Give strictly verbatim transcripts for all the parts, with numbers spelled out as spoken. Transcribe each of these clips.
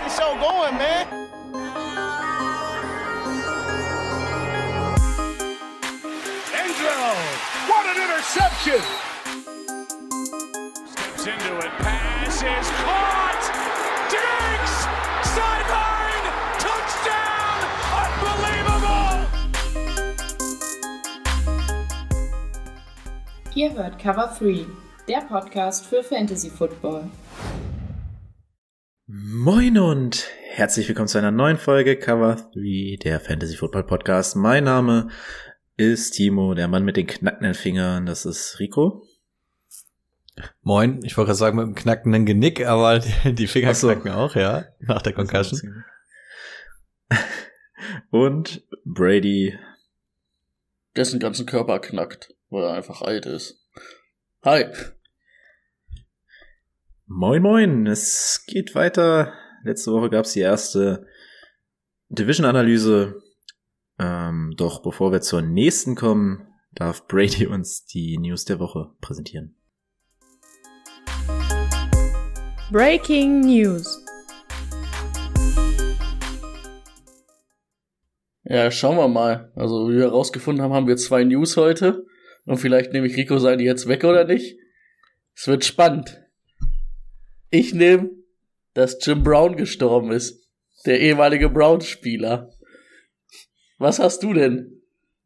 the show going, man. Angelo, what an interception! Steps into it, pass is caught! Diggs! Sideline! Touchdown! Unbelievable! Ihr hört Cover drei, der Podcast für Fantasy Football. Moin und herzlich willkommen zu einer neuen Folge Cover drei, der Fantasy Football Podcast. Mein Name ist Timo, der Mann mit den knackenden Fingern. Das ist Rico. Moin, ich wollte gerade sagen mit dem knackenden Genick, aber die, die Finger so. knacken auch, ja, nach der Concussion. Und Brady. Dessen ganzen Körper knackt, weil er einfach alt ist. Hi. Moin moin, es geht weiter. Letzte Woche gab es die erste Division-Analyse. Ähm, doch bevor wir zur nächsten kommen, darf Brady uns die News der Woche präsentieren. Breaking News. Ja, schauen wir mal. Also, wie wir herausgefunden haben, haben wir zwei News heute. Und vielleicht nehme ich Rico seine jetzt weg oder nicht. Es wird spannend. Ich nehme, dass Jim Brown gestorben ist. Der ehemalige Browns-Spieler. Was hast du denn?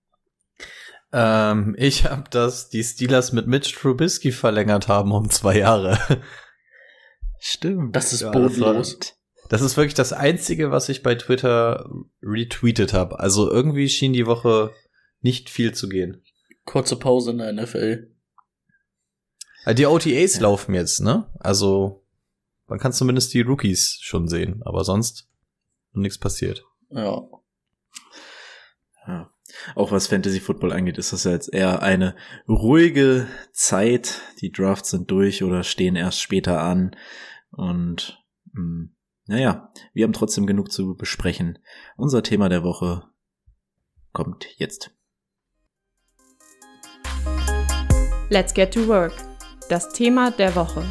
Ähm, ich habe, dass die Steelers mit Mitch Trubisky verlängert haben um zwei Jahre. Stimmt. Das ist Ja, bodenlos. Das, das ist wirklich das Einzige, was ich bei Twitter retweetet habe. Also irgendwie schien die Woche nicht viel zu gehen. Kurze Pause in der N F L. Die O T As ja. laufen jetzt, ne? Also man kann zumindest die Rookies schon sehen, aber sonst noch nichts passiert. Ja. Ja. Auch was Fantasy Football angeht, ist das ja jetzt eher eine ruhige Zeit. Die Drafts sind durch oder stehen erst später an. Und mh, naja, wir haben trotzdem genug zu besprechen. Unser Thema der Woche kommt jetzt. Let's get to work. Das Thema der Woche.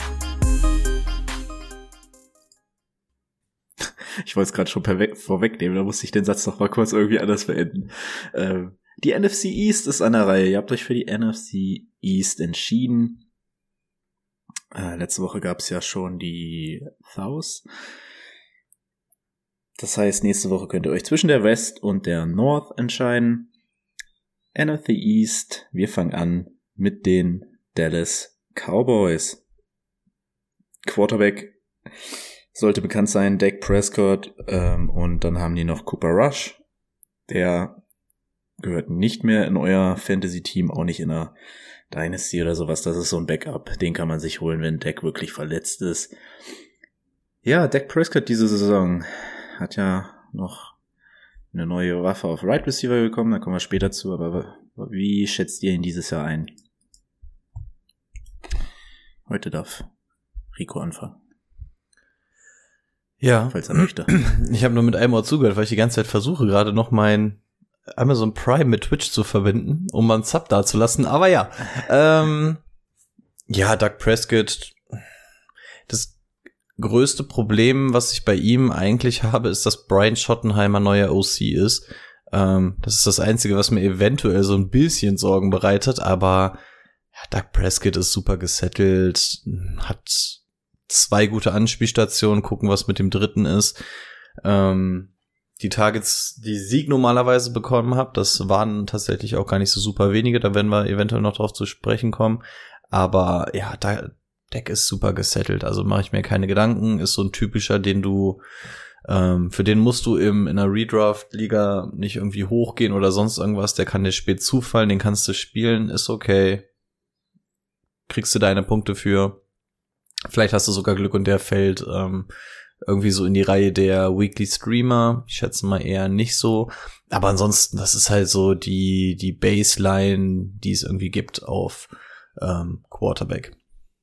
Ich wollte es gerade schon perwe- vorwegnehmen, da musste ich den Satz noch mal kurz irgendwie anders beenden. Ähm, die N F C East ist an der Reihe. Ihr habt euch für die N F C East entschieden. Äh, letzte Woche gab es ja schon die South. Das heißt, nächste Woche könnt ihr euch zwischen der West und der North entscheiden. N F C East, wir fangen an mit den Dallas Cowboys. Quarterback sollte bekannt sein, Dak Prescott, ähm, und dann haben die noch Cooper Rush. Der gehört nicht mehr in euer Fantasy-Team, auch nicht in einer Dynasty oder sowas. Das ist so ein Backup, den kann man sich holen, wenn Dak wirklich verletzt ist. Ja, Dak Prescott diese Saison hat ja noch eine neue Waffe auf Right Receiver bekommen, da kommen wir später zu, aber wie schätzt ihr ihn dieses Jahr ein? Heute darf Rico anfangen. Ja, falls er möchte. Ich habe nur mit einem Ohr zugehört, weil ich die ganze Zeit versuche, gerade noch mein Amazon Prime mit Twitch zu verbinden, um mal einen Sub dazulassen. Aber ja, ähm, ja, Dak Prescott, das größte Problem, was ich bei ihm eigentlich habe, ist, dass Brian Schottenheimer neuer O C ist. Ähm, das ist das Einzige, was mir eventuell so ein bisschen Sorgen bereitet, aber ja, Dak Prescott ist super gesettelt, hat zwei gute Anspielstationen, gucken, was mit dem dritten ist. Ähm, die Targets, die Sieg normalerweise bekommen habe, das waren tatsächlich auch gar nicht so super wenige, da werden wir eventuell noch drauf zu sprechen kommen. Aber ja, da, Dak ist super gesettelt, also mache ich mir keine Gedanken, ist so ein typischer, den du, ähm, für den musst du im, in einer Redraft-Liga nicht irgendwie hochgehen oder sonst irgendwas, der kann dir spät zufallen, den kannst du spielen, ist okay. Kriegst du deine Punkte für. Vielleicht hast du sogar Glück und der fällt ähm, irgendwie so in die Reihe der Weekly Streamer. Ich schätze mal eher nicht so. Aber ansonsten, das ist halt so die die Baseline, die es irgendwie gibt auf ähm, Quarterback.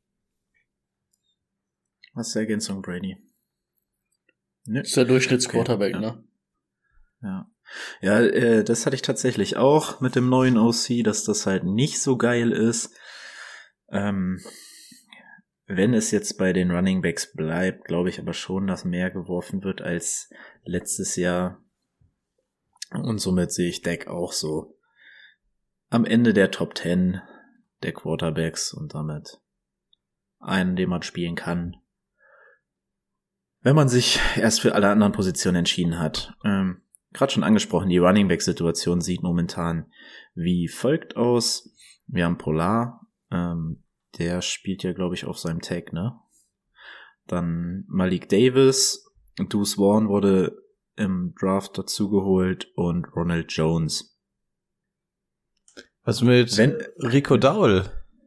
Was ist die Ergänzung, Brady? Ne? Ist der Durchschnittsquarterback, okay, ja. ne? Ja. Ja, äh, das hatte ich tatsächlich auch mit dem neuen O C, dass das halt nicht so geil ist. Ähm, wenn es jetzt bei den Running Backs bleibt, glaube ich aber schon, dass mehr geworfen wird als letztes Jahr. Und somit sehe ich Dak auch so am Ende der Top Ten der Quarterbacks und damit einen, den man spielen kann, wenn man sich erst für alle anderen Positionen entschieden hat. Ähm, Gerade schon angesprochen, die Running Back-Situation sieht momentan wie folgt aus. Wir haben Polar, ähm, der spielt ja, glaube ich, auf seinem Tag, ne? Dann Malik Davis, Deuce Vaughn wurde im Draft dazugeholt und Ronald Jones. Was mit Wenn, Rico Dowell?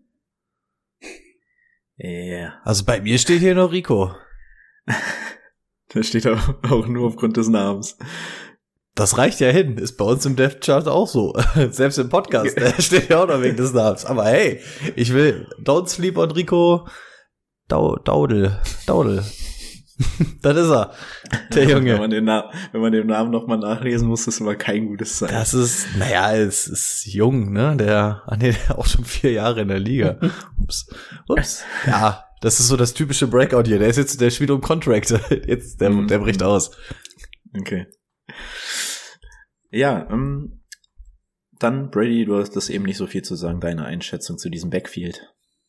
Ja. Yeah. Also bei mir steht hier nur Rico. Das steht auch, auch nur aufgrund des Namens. Das reicht ja hin. Ist bei uns im Depth Chart auch so. Selbst im Podcast der steht ja auch noch wegen des Namens. Aber hey, ich will Don't Sleep on Rico Dowdle. Dowdle. Das ist er. Der Junge. Wenn man den, Na- wenn man den Namen nochmal nachlesen muss, das immer kein gutes Zeichen. Das ist, naja, es ist jung, ne? Der, ah nee, der auch schon vier Jahre in der Liga. Ups. Ups. Ja, das ist so das typische Breakout hier. Der ist jetzt, der spielt um Contract. Jetzt, der, der bricht aus. Okay. Ja, ähm, dann Brady, du hast das eben nicht so viel zu sagen, deine Einschätzung zu diesem Backfield.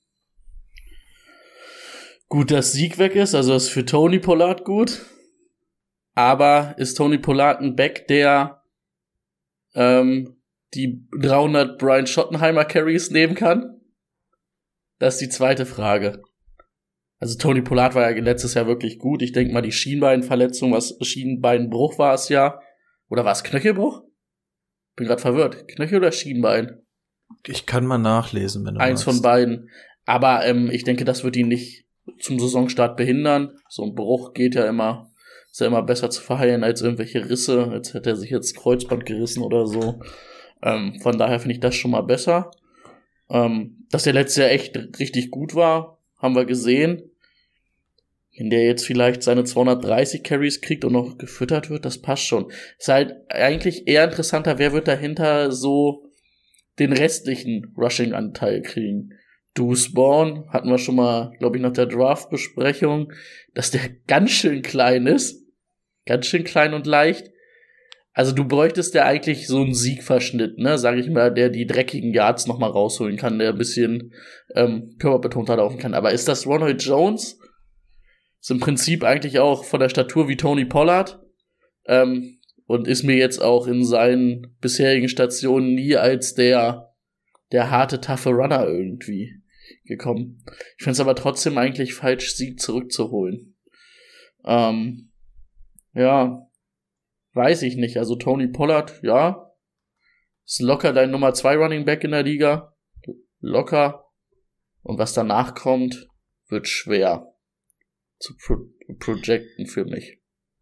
Gut, dass Sieg weg ist, also ist für Tony Pollard gut. Aber ist Tony Pollard ein Back, der ähm, die dreihundert Brian Schottenheimer Carries nehmen kann? Das ist die zweite Frage. Also Tony Pollard war ja letztes Jahr wirklich gut. Ich denke mal, die Schienbeinverletzung, was Schienbeinbruch war es ja. Oder war es Knöchelbruch? Bin gerade verwirrt. Knöchel oder Schienbein? Ich kann mal nachlesen, wenn du Eins magst. von beiden. Aber ähm, ich denke, das wird ihn nicht zum Saisonstart behindern. So ein Bruch geht ja immer, ist ja immer besser zu verheilen als irgendwelche Risse. Jetzt hätte er sich jetzt Kreuzband gerissen oder so. Ähm, von daher finde ich das schon mal besser. Ähm, dass der letzte Jahr echt richtig gut war, haben wir gesehen. In der jetzt vielleicht seine zweihundertdreißig Carries kriegt und noch gefüttert wird, das passt schon. Ist halt eigentlich eher interessanter, wer wird dahinter so den restlichen Rushing-Anteil kriegen. Deuce Vaughn hatten wir schon mal, glaube ich, nach der Draft-Besprechung, dass der ganz schön klein ist. Ganz schön klein und leicht. Also du bräuchtest ja eigentlich so einen Siegverschnitt, ne, sag ich mal, der die dreckigen Yards noch mal rausholen kann, der ein bisschen ähm, körperbetonter laufen kann. Aber ist das Ronald Jones? Ist im Prinzip eigentlich auch von der Statur wie Tony Pollard. Ähm, und ist mir jetzt auch in seinen bisherigen Stationen nie als der der harte, taffe Runner irgendwie gekommen. Ich finde es aber trotzdem eigentlich falsch, Sieg zurückzuholen. Ähm, ja, weiß ich nicht. Also Tony Pollard, ja, ist locker dein Nummer zwei Running Back in der Liga. Locker. Und was danach kommt, wird schwer zu pro- projecten für mich.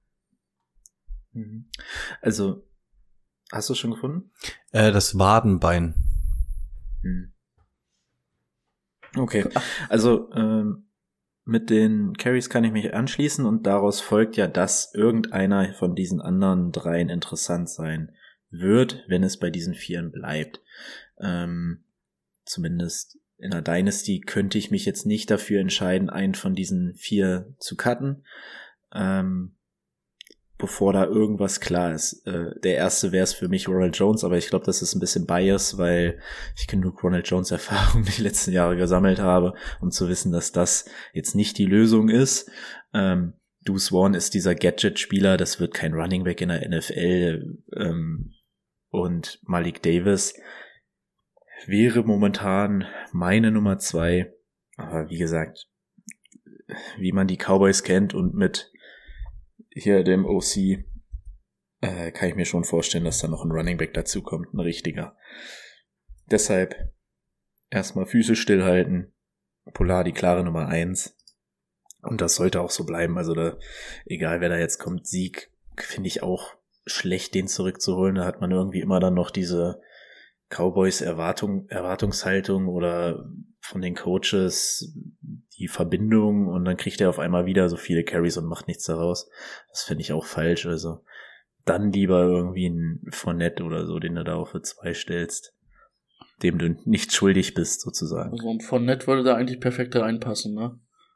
Also, hast du es schon gefunden? Äh, das Wadenbein. Hm. Okay, also ähm, mit den Carries kann ich mich anschließen und daraus folgt ja, dass irgendeiner von diesen anderen dreien interessant sein wird, wenn es bei diesen Vieren bleibt. Ähm, zumindest in der Dynasty könnte ich mich jetzt nicht dafür entscheiden, einen von diesen vier zu cutten, ähm, bevor da irgendwas klar ist. Äh, der erste wäre es für mich Ronald Jones, aber ich glaube, das ist ein bisschen bias, weil ich genug Ronald Jones Erfahrung die letzten Jahre gesammelt habe, um zu wissen, dass das jetzt nicht die Lösung ist. Ähm, Deuce Vaughn ist dieser Gadget-Spieler, das wird kein Running Back in der N F L, ähm, und Malik Davis wäre momentan meine Nummer zwei, aber wie gesagt, wie man die Cowboys kennt und mit hier dem O C, äh, kann ich mir schon vorstellen, dass da noch ein Running Back dazukommt, ein richtiger. Deshalb erstmal Füße stillhalten, Polar die klare Nummer eins und das sollte auch so bleiben, also da, egal wer da jetzt kommt, Sieg finde ich auch schlecht, den zurückzuholen, da hat man irgendwie immer dann noch diese Cowboys Erwartung, Erwartungshaltung oder von den Coaches die Verbindung und dann kriegt er auf einmal wieder so viele Carries und macht nichts daraus. Das finde ich auch falsch. Also dann lieber irgendwie ein Fournette oder so, den du da auch für zwei stellst, dem du nicht schuldig bist sozusagen. Also ein Fournette würde da eigentlich perfekt reinpassen, ne?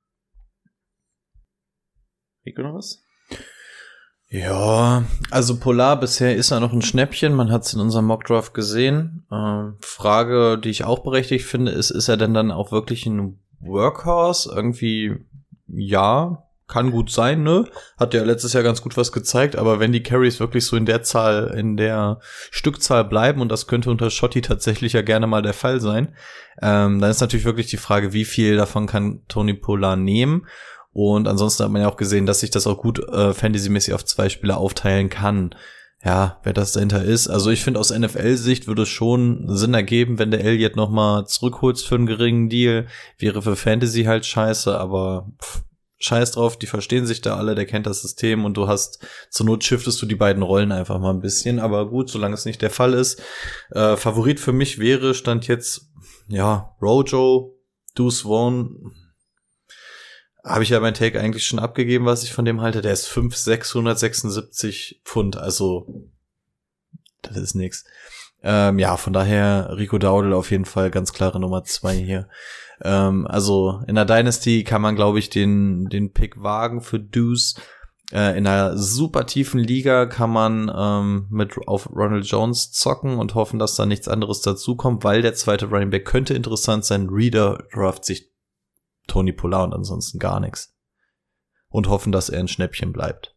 Rico noch was? Ja, also Polar bisher ist er noch ein Schnäppchen, man hat es in unserem Mockdraft gesehen. Ähm, Frage, die ich auch berechtigt finde, ist, ist er denn dann auch wirklich ein Workhorse? Irgendwie, ja, kann gut sein, ne? Hat ja letztes Jahr ganz gut was gezeigt, aber wenn die Carries wirklich so in der Zahl, in der Stückzahl bleiben, und das könnte unter Schotti tatsächlich ja gerne mal der Fall sein, ähm, dann ist natürlich wirklich die Frage, wie viel davon kann Tony Polar nehmen? Und ansonsten hat man ja auch gesehen, dass sich das auch gut äh, fantasymäßig auf zwei Spieler aufteilen kann. Ja, wer das dahinter ist. Also ich finde, aus N F L-Sicht würde es schon Sinn ergeben, wenn der Elliott nochmal zurückholst für einen geringen Deal. Wäre für Fantasy halt scheiße, aber pff, scheiß drauf, die verstehen sich da alle, der kennt das System und du hast, zur Not shiftest du die beiden Rollen einfach mal ein bisschen. Aber gut, solange es nicht der Fall ist. Äh, Favorit für mich wäre, stand jetzt, ja, Rojo, Deuce Vaughn. Habe ich ja mein Take eigentlich schon abgegeben, was ich von dem halte. Der ist fünf sechshundertsechsundsiebzig Pfund, also das ist nix. Ähm, ja, von daher Rico Dowdle auf jeden Fall ganz klare Nummer zwei hier. Ähm, also in der Dynasty kann man, glaube ich, den den Pick wagen für Deuce. Äh, in einer super tiefen Liga kann man ähm, mit auf Ronald Jones zocken und hoffen, dass da nichts anderes dazukommt, weil der zweite Running Back könnte interessant sein. Reader draft sich Tony Polar und ansonsten gar nichts. Und hoffen, dass er ein Schnäppchen bleibt.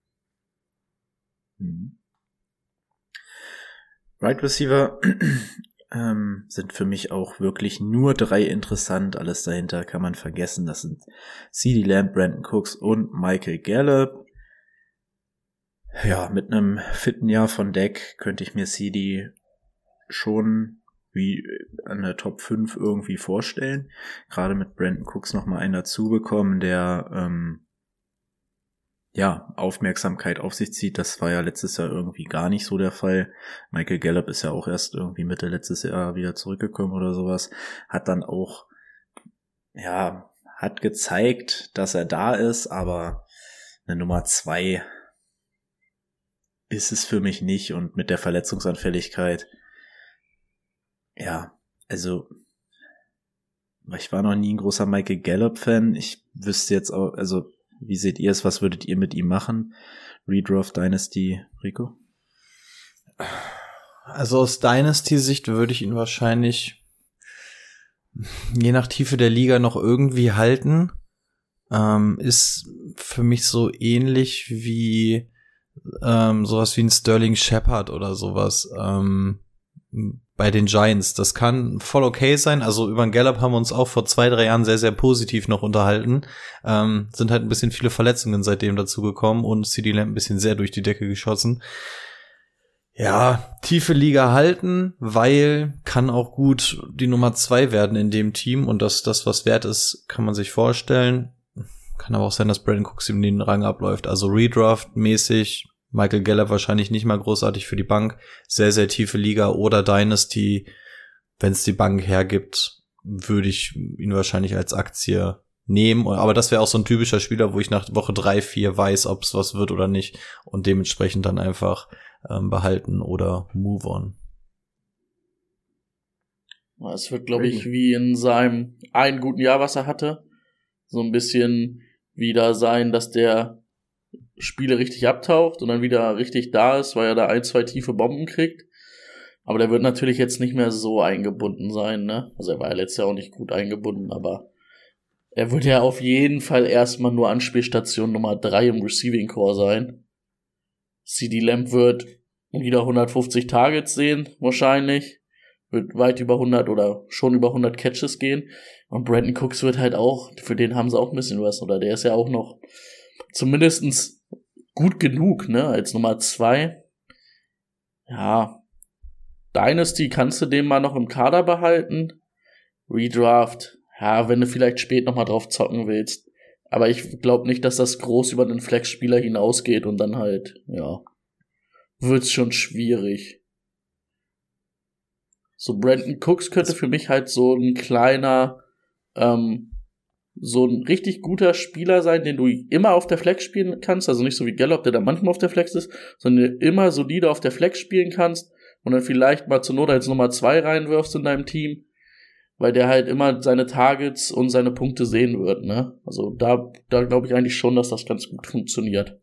Right Receiver ähm, sind für mich auch wirklich nur drei interessant. Alles dahinter kann man vergessen. Das sind CeeDee Lamb, Brandon Cooks und Michael Gallup. Ja, mit einem fitten Jahr von Dak könnte ich mir CeeDee schon wie an der Top fünf irgendwie vorstellen. Gerade mit Brandon Cooks noch mal einen dazu bekommen, der ähm, ja Aufmerksamkeit auf sich zieht. Das war ja letztes Jahr irgendwie gar nicht so der Fall. Michael Gallup ist ja auch erst irgendwie Mitte letztes Jahr wieder zurückgekommen oder sowas. Hat dann auch, ja, hat gezeigt, dass er da ist, aber eine Nummer zwei ist es für mich nicht. Und mit der Verletzungsanfälligkeit, ja, also ich war noch nie ein großer Michael Gallup-Fan. Ich wüsste jetzt auch, also wie seht ihr es? Was würdet ihr mit ihm machen? Redraft, Dynasty, Rico? Also aus Dynasty-Sicht würde ich ihn wahrscheinlich je nach Tiefe der Liga noch irgendwie halten. Ähm, ist für mich so ähnlich wie ähm, sowas wie ein Sterling Shepard oder sowas. Ähm, bei den Giants. Das kann voll okay sein. Also über den Gallup haben wir uns auch vor zwei, drei Jahren sehr, sehr positiv noch unterhalten. Ähm, sind halt ein bisschen viele Verletzungen seitdem dazu gekommen und CeeDee Lamb ein bisschen sehr durch die Decke geschossen. Ja, tiefe Liga halten, weil kann auch gut die Nummer zwei werden in dem Team und dass das was wert ist, kann man sich vorstellen. Kann aber auch sein, dass Brandon Cooks ihm den Rang abläuft. Also Redraft-mäßig Michael Gallup wahrscheinlich nicht mal großartig für die Bank. Sehr, sehr tiefe Liga oder Dynasty. Wenn es die Bank hergibt, würde ich ihn wahrscheinlich als Aktie nehmen. Aber das wäre auch so ein typischer Spieler, wo ich nach Woche drei, vier weiß, ob es was wird oder nicht. Und dementsprechend dann einfach ähm, behalten oder move on. Es wird, glaube ich, wie in seinem einen guten Jahr, was er hatte, so ein bisschen wieder sein, dass der Spiele richtig abtaucht und dann wieder richtig da ist, weil er da ein, zwei tiefe Bomben kriegt. Aber der wird natürlich jetzt nicht mehr so eingebunden sein, ne? Also er war ja letztes Jahr auch nicht gut eingebunden, aber er wird ja auf jeden Fall erstmal nur Anspielstation Nummer drei im Receiving Core sein. CeeDee Lamb wird wieder hundertfünfzig Targets sehen, wahrscheinlich. Wird weit über hundert oder schon über hundert Catches gehen. Und Brandon Cooks wird halt auch, für den haben sie auch ein bisschen was, oder der ist ja auch noch zumindestens gut genug, ne, als Nummer zwei. Ja, Dynasty kannst du den mal noch im Kader behalten. Redraft, ja, wenn du vielleicht spät noch mal drauf zocken willst. Aber ich glaube nicht, dass das groß über den Flex-Spieler hinausgeht und dann halt, ja, wird's schon schwierig. So Brandon Cooks könnte für mich halt so ein kleiner, ähm, so ein richtig guter Spieler sein, den du immer auf der Flex spielen kannst, also nicht so wie Gallup, der da manchmal auf der Flex ist, sondern immer solide auf der Flex spielen kannst und dann vielleicht mal zur Not als Nummer zwei reinwirfst in deinem Team. weil der halt immer seine Targets und seine Punkte sehen wird, ne? Also da, da glaube ich eigentlich schon, dass das ganz gut funktioniert.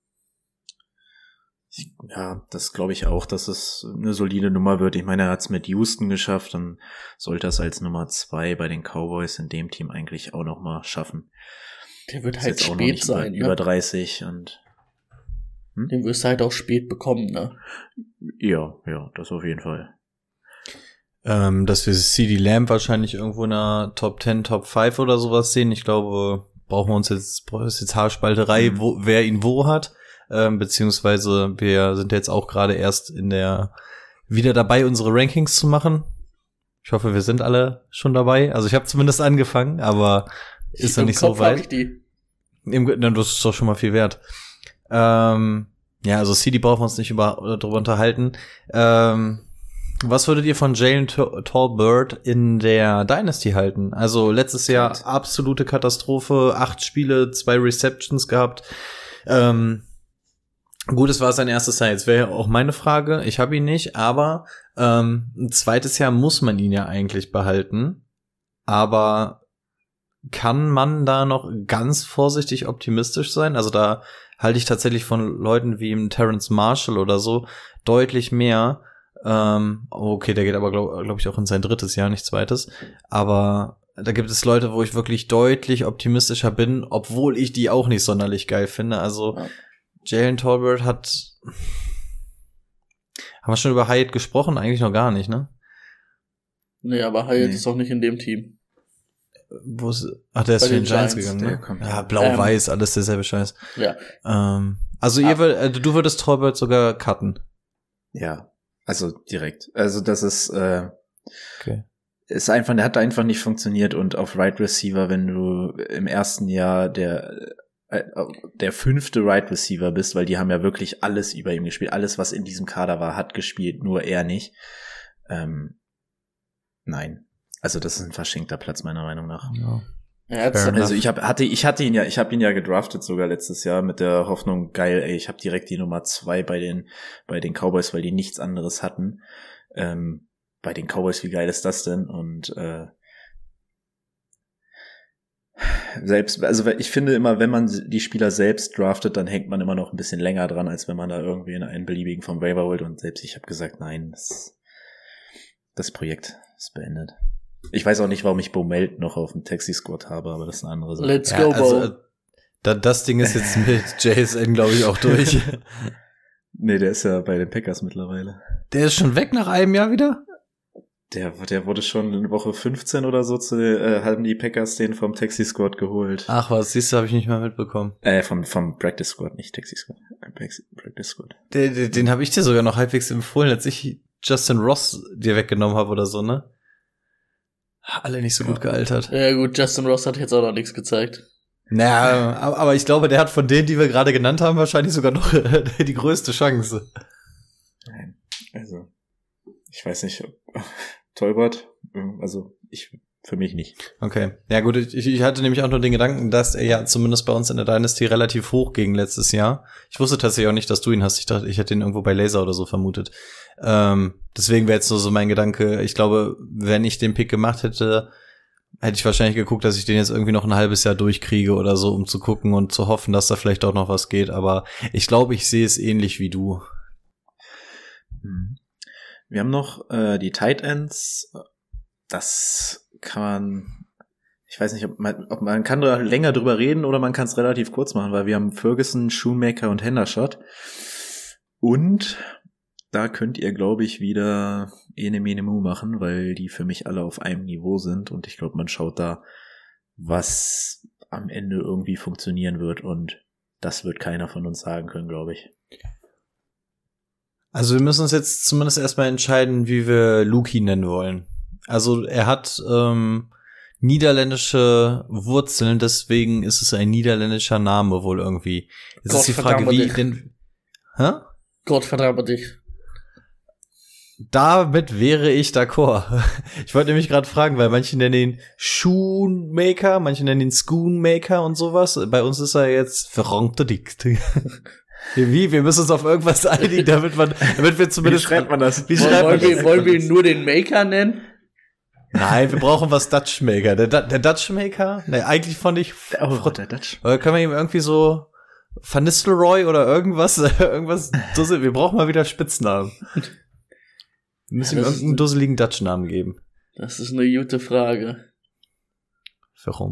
Ja, das glaube ich auch, dass es eine solide Nummer wird. Ich meine, er hat es mit Houston geschafft, dann sollte er es als Nummer zwei bei den Cowboys in dem Team eigentlich auch noch mal schaffen. Der wird Ist halt jetzt auch noch spät nicht sein, über ne? dreißig und hm? Den wirst du halt auch spät bekommen, ne? Ja, ja, das auf jeden Fall. Ähm, dass wir CeeDee Lamb wahrscheinlich irgendwo in einer Top zehn, Top fünf oder sowas sehen. Ich glaube, brauchen wir uns jetzt, ist jetzt Haarspalterei, Mhm. wo, wer ihn wo hat. Ähm, beziehungsweise wir sind jetzt auch gerade erst in der, wieder dabei, unsere Rankings zu machen. Ich hoffe, wir sind alle schon dabei. Also ich habe zumindest angefangen, aber ist noch Im nicht Kopf so hab weit. ich die. Im, dann, das ist doch schon mal viel wert. Ähm, ja, also CeeDee brauchen wir uns nicht über, darüber unterhalten. Ähm, was würdet ihr von Jalen Tolbert in der Dynasty halten? Also letztes Jahr Kalt. absolute Katastrophe, acht Spiele, zwei Receptions gehabt. Ähm, gut, es war sein erstes Jahr. Jetzt wäre auch meine Frage, ich habe ihn nicht, aber ähm, ein zweites Jahr muss man ihn ja eigentlich behalten. Aber kann man da noch ganz vorsichtig optimistisch sein? Also da halte ich tatsächlich von Leuten wie im Terrence Marshall oder so deutlich mehr. Ähm, okay, der geht aber, glaube glaub ich, auch in sein drittes Jahr, nicht zweites. Aber da gibt es Leute, wo ich wirklich deutlich optimistischer bin, obwohl ich die auch nicht sonderlich geil finde. Also Ja. Jalen Tolbert hat... Haben wir schon über Hyatt gesprochen? Eigentlich noch gar nicht, ne? Nee, aber Hyatt Nee. ist auch nicht in dem Team. Wo ist, ach, der ist Bei zu den den Giants Giants, gegangen, der ne? kommt- Ja, blau-weiß, Ähm. alles derselbe Scheiß. Ja. Ähm, also Ah. ihr würd, äh, du würdest Tolbert sogar cutten. Ja, also direkt. Also das ist, äh, Okay. ist einfach, der hat einfach nicht funktioniert und auf Right Receiver, wenn du im ersten Jahr der äh, der fünfte Right Receiver bist, weil die haben ja wirklich alles über ihm gespielt. Alles, was in diesem Kader war, hat gespielt, nur er nicht. Ähm, nein. Also das ist ein verschenkter Platz, meiner Meinung nach. Ja. Er hat's, Fair Also ich hab, hatte, ich hatte ihn ja, ich habe ihn ja gedraftet sogar letztes Jahr mit der Hoffnung, geil, ey, ich habe direkt die Nummer zwei bei den, bei den Cowboys, weil die nichts anderes hatten. Ähm, bei den Cowboys, wie geil ist das denn? Und äh, selbst, also ich finde immer, wenn man die Spieler selbst draftet, dann hängt man immer noch ein bisschen länger dran, als wenn man da irgendwie in einen beliebigen vom Waiver holt. Und selbst ich habe gesagt, nein, das, das Projekt ist beendet. Ich weiß auch nicht, warum ich Bo Melton noch auf dem Taxi-Squad habe, aber das ist eine andere Sache. Let's Ja, go, also, Bo. äh, da, das Ding ist jetzt mit J S N, glaube ich, auch durch. Nee, der ist ja bei den Packers mittlerweile. Der ist schon weg nach einem Jahr wieder? Der, der wurde schon in Woche fünfzehn oder so, zu, äh, haben die Packers den vom Taxi-Squad geholt. Ach was, siehst du, habe ich nicht mal mitbekommen. Äh, vom, vom Practice-Squad, nicht Taxi-Squad. Äh, Practice-Squad. Den, den, den habe ich dir sogar noch halbwegs empfohlen, als ich Justin Ross dir weggenommen habe oder so, ne? Alle nicht so gut gealtert. Ja gut, Justin Ross hat jetzt auch noch nichts gezeigt. Naja, aber, aber ich glaube, der hat von denen, die wir gerade genannt haben, wahrscheinlich sogar noch die größte Chance. Nein, also, ich weiß nicht, ob, Tolbert, also, ich, für mich nicht. Okay. Ja gut, ich, ich hatte nämlich auch nur den Gedanken, dass er ja zumindest bei uns in der Dynasty relativ hoch ging letztes Jahr. Ich wusste tatsächlich auch nicht, dass du ihn hast. Ich dachte, ich hätte ihn irgendwo bei Laser oder so vermutet. Ähm, deswegen wäre jetzt nur so mein Gedanke. Ich glaube, wenn ich den Pick gemacht hätte, hätte ich wahrscheinlich geguckt, dass ich den jetzt irgendwie noch ein halbes Jahr durchkriege oder so, um zu gucken und zu hoffen, dass da vielleicht auch noch was geht. Aber ich glaube, ich sehe es ähnlich wie du. Wir haben noch äh, die Tight Ends. Das kann man, ich weiß nicht, ob man, ob man kann da länger drüber reden oder man kann es relativ kurz machen, weil wir haben Ferguson, Shoemaker und Hendershot. Und da könnt ihr, glaube ich, wieder ene mene mu machen, weil die für mich alle auf einem Niveau sind und ich glaube, man schaut da, was am Ende irgendwie funktionieren wird und das wird keiner von uns sagen können, glaube ich. Also wir müssen uns jetzt zumindest erstmal entscheiden, wie wir Luki nennen wollen. Also er hat ähm, niederländische Wurzeln, deswegen ist es ein niederländischer Name wohl irgendwie. Jetzt Gott ist die Frage, verdamme wie dich. denn... Hä? Gott verdamme dich. Damit wäre ich d'accord. Ich wollte nämlich gerade fragen, weil manche nennen ihn Shoemaker, manche nennen ihn Schoonmaker und sowas. Bei uns ist er jetzt verrongte Dikt. Wie? Wir müssen uns auf irgendwas einigen, damit man, damit wir zumindest. man das? Wie Wollen, schreibt man wollen, wir, das? wollen wir ihn nur den Maker nennen? Nein, wir brauchen was Dutchmaker. Der, der Dutchmaker? Ne, eigentlich fand ich. Oh, der Dutch. Oder können wir ihm irgendwie so Van Nistelrooy oder irgendwas, irgendwas Dussel. Wir brauchen mal wieder Spitznamen. Wir müssen Ja, ihm das ist irgendeinen dusseligen Dutch-Namen geben. Das ist eine gute Frage. Warum?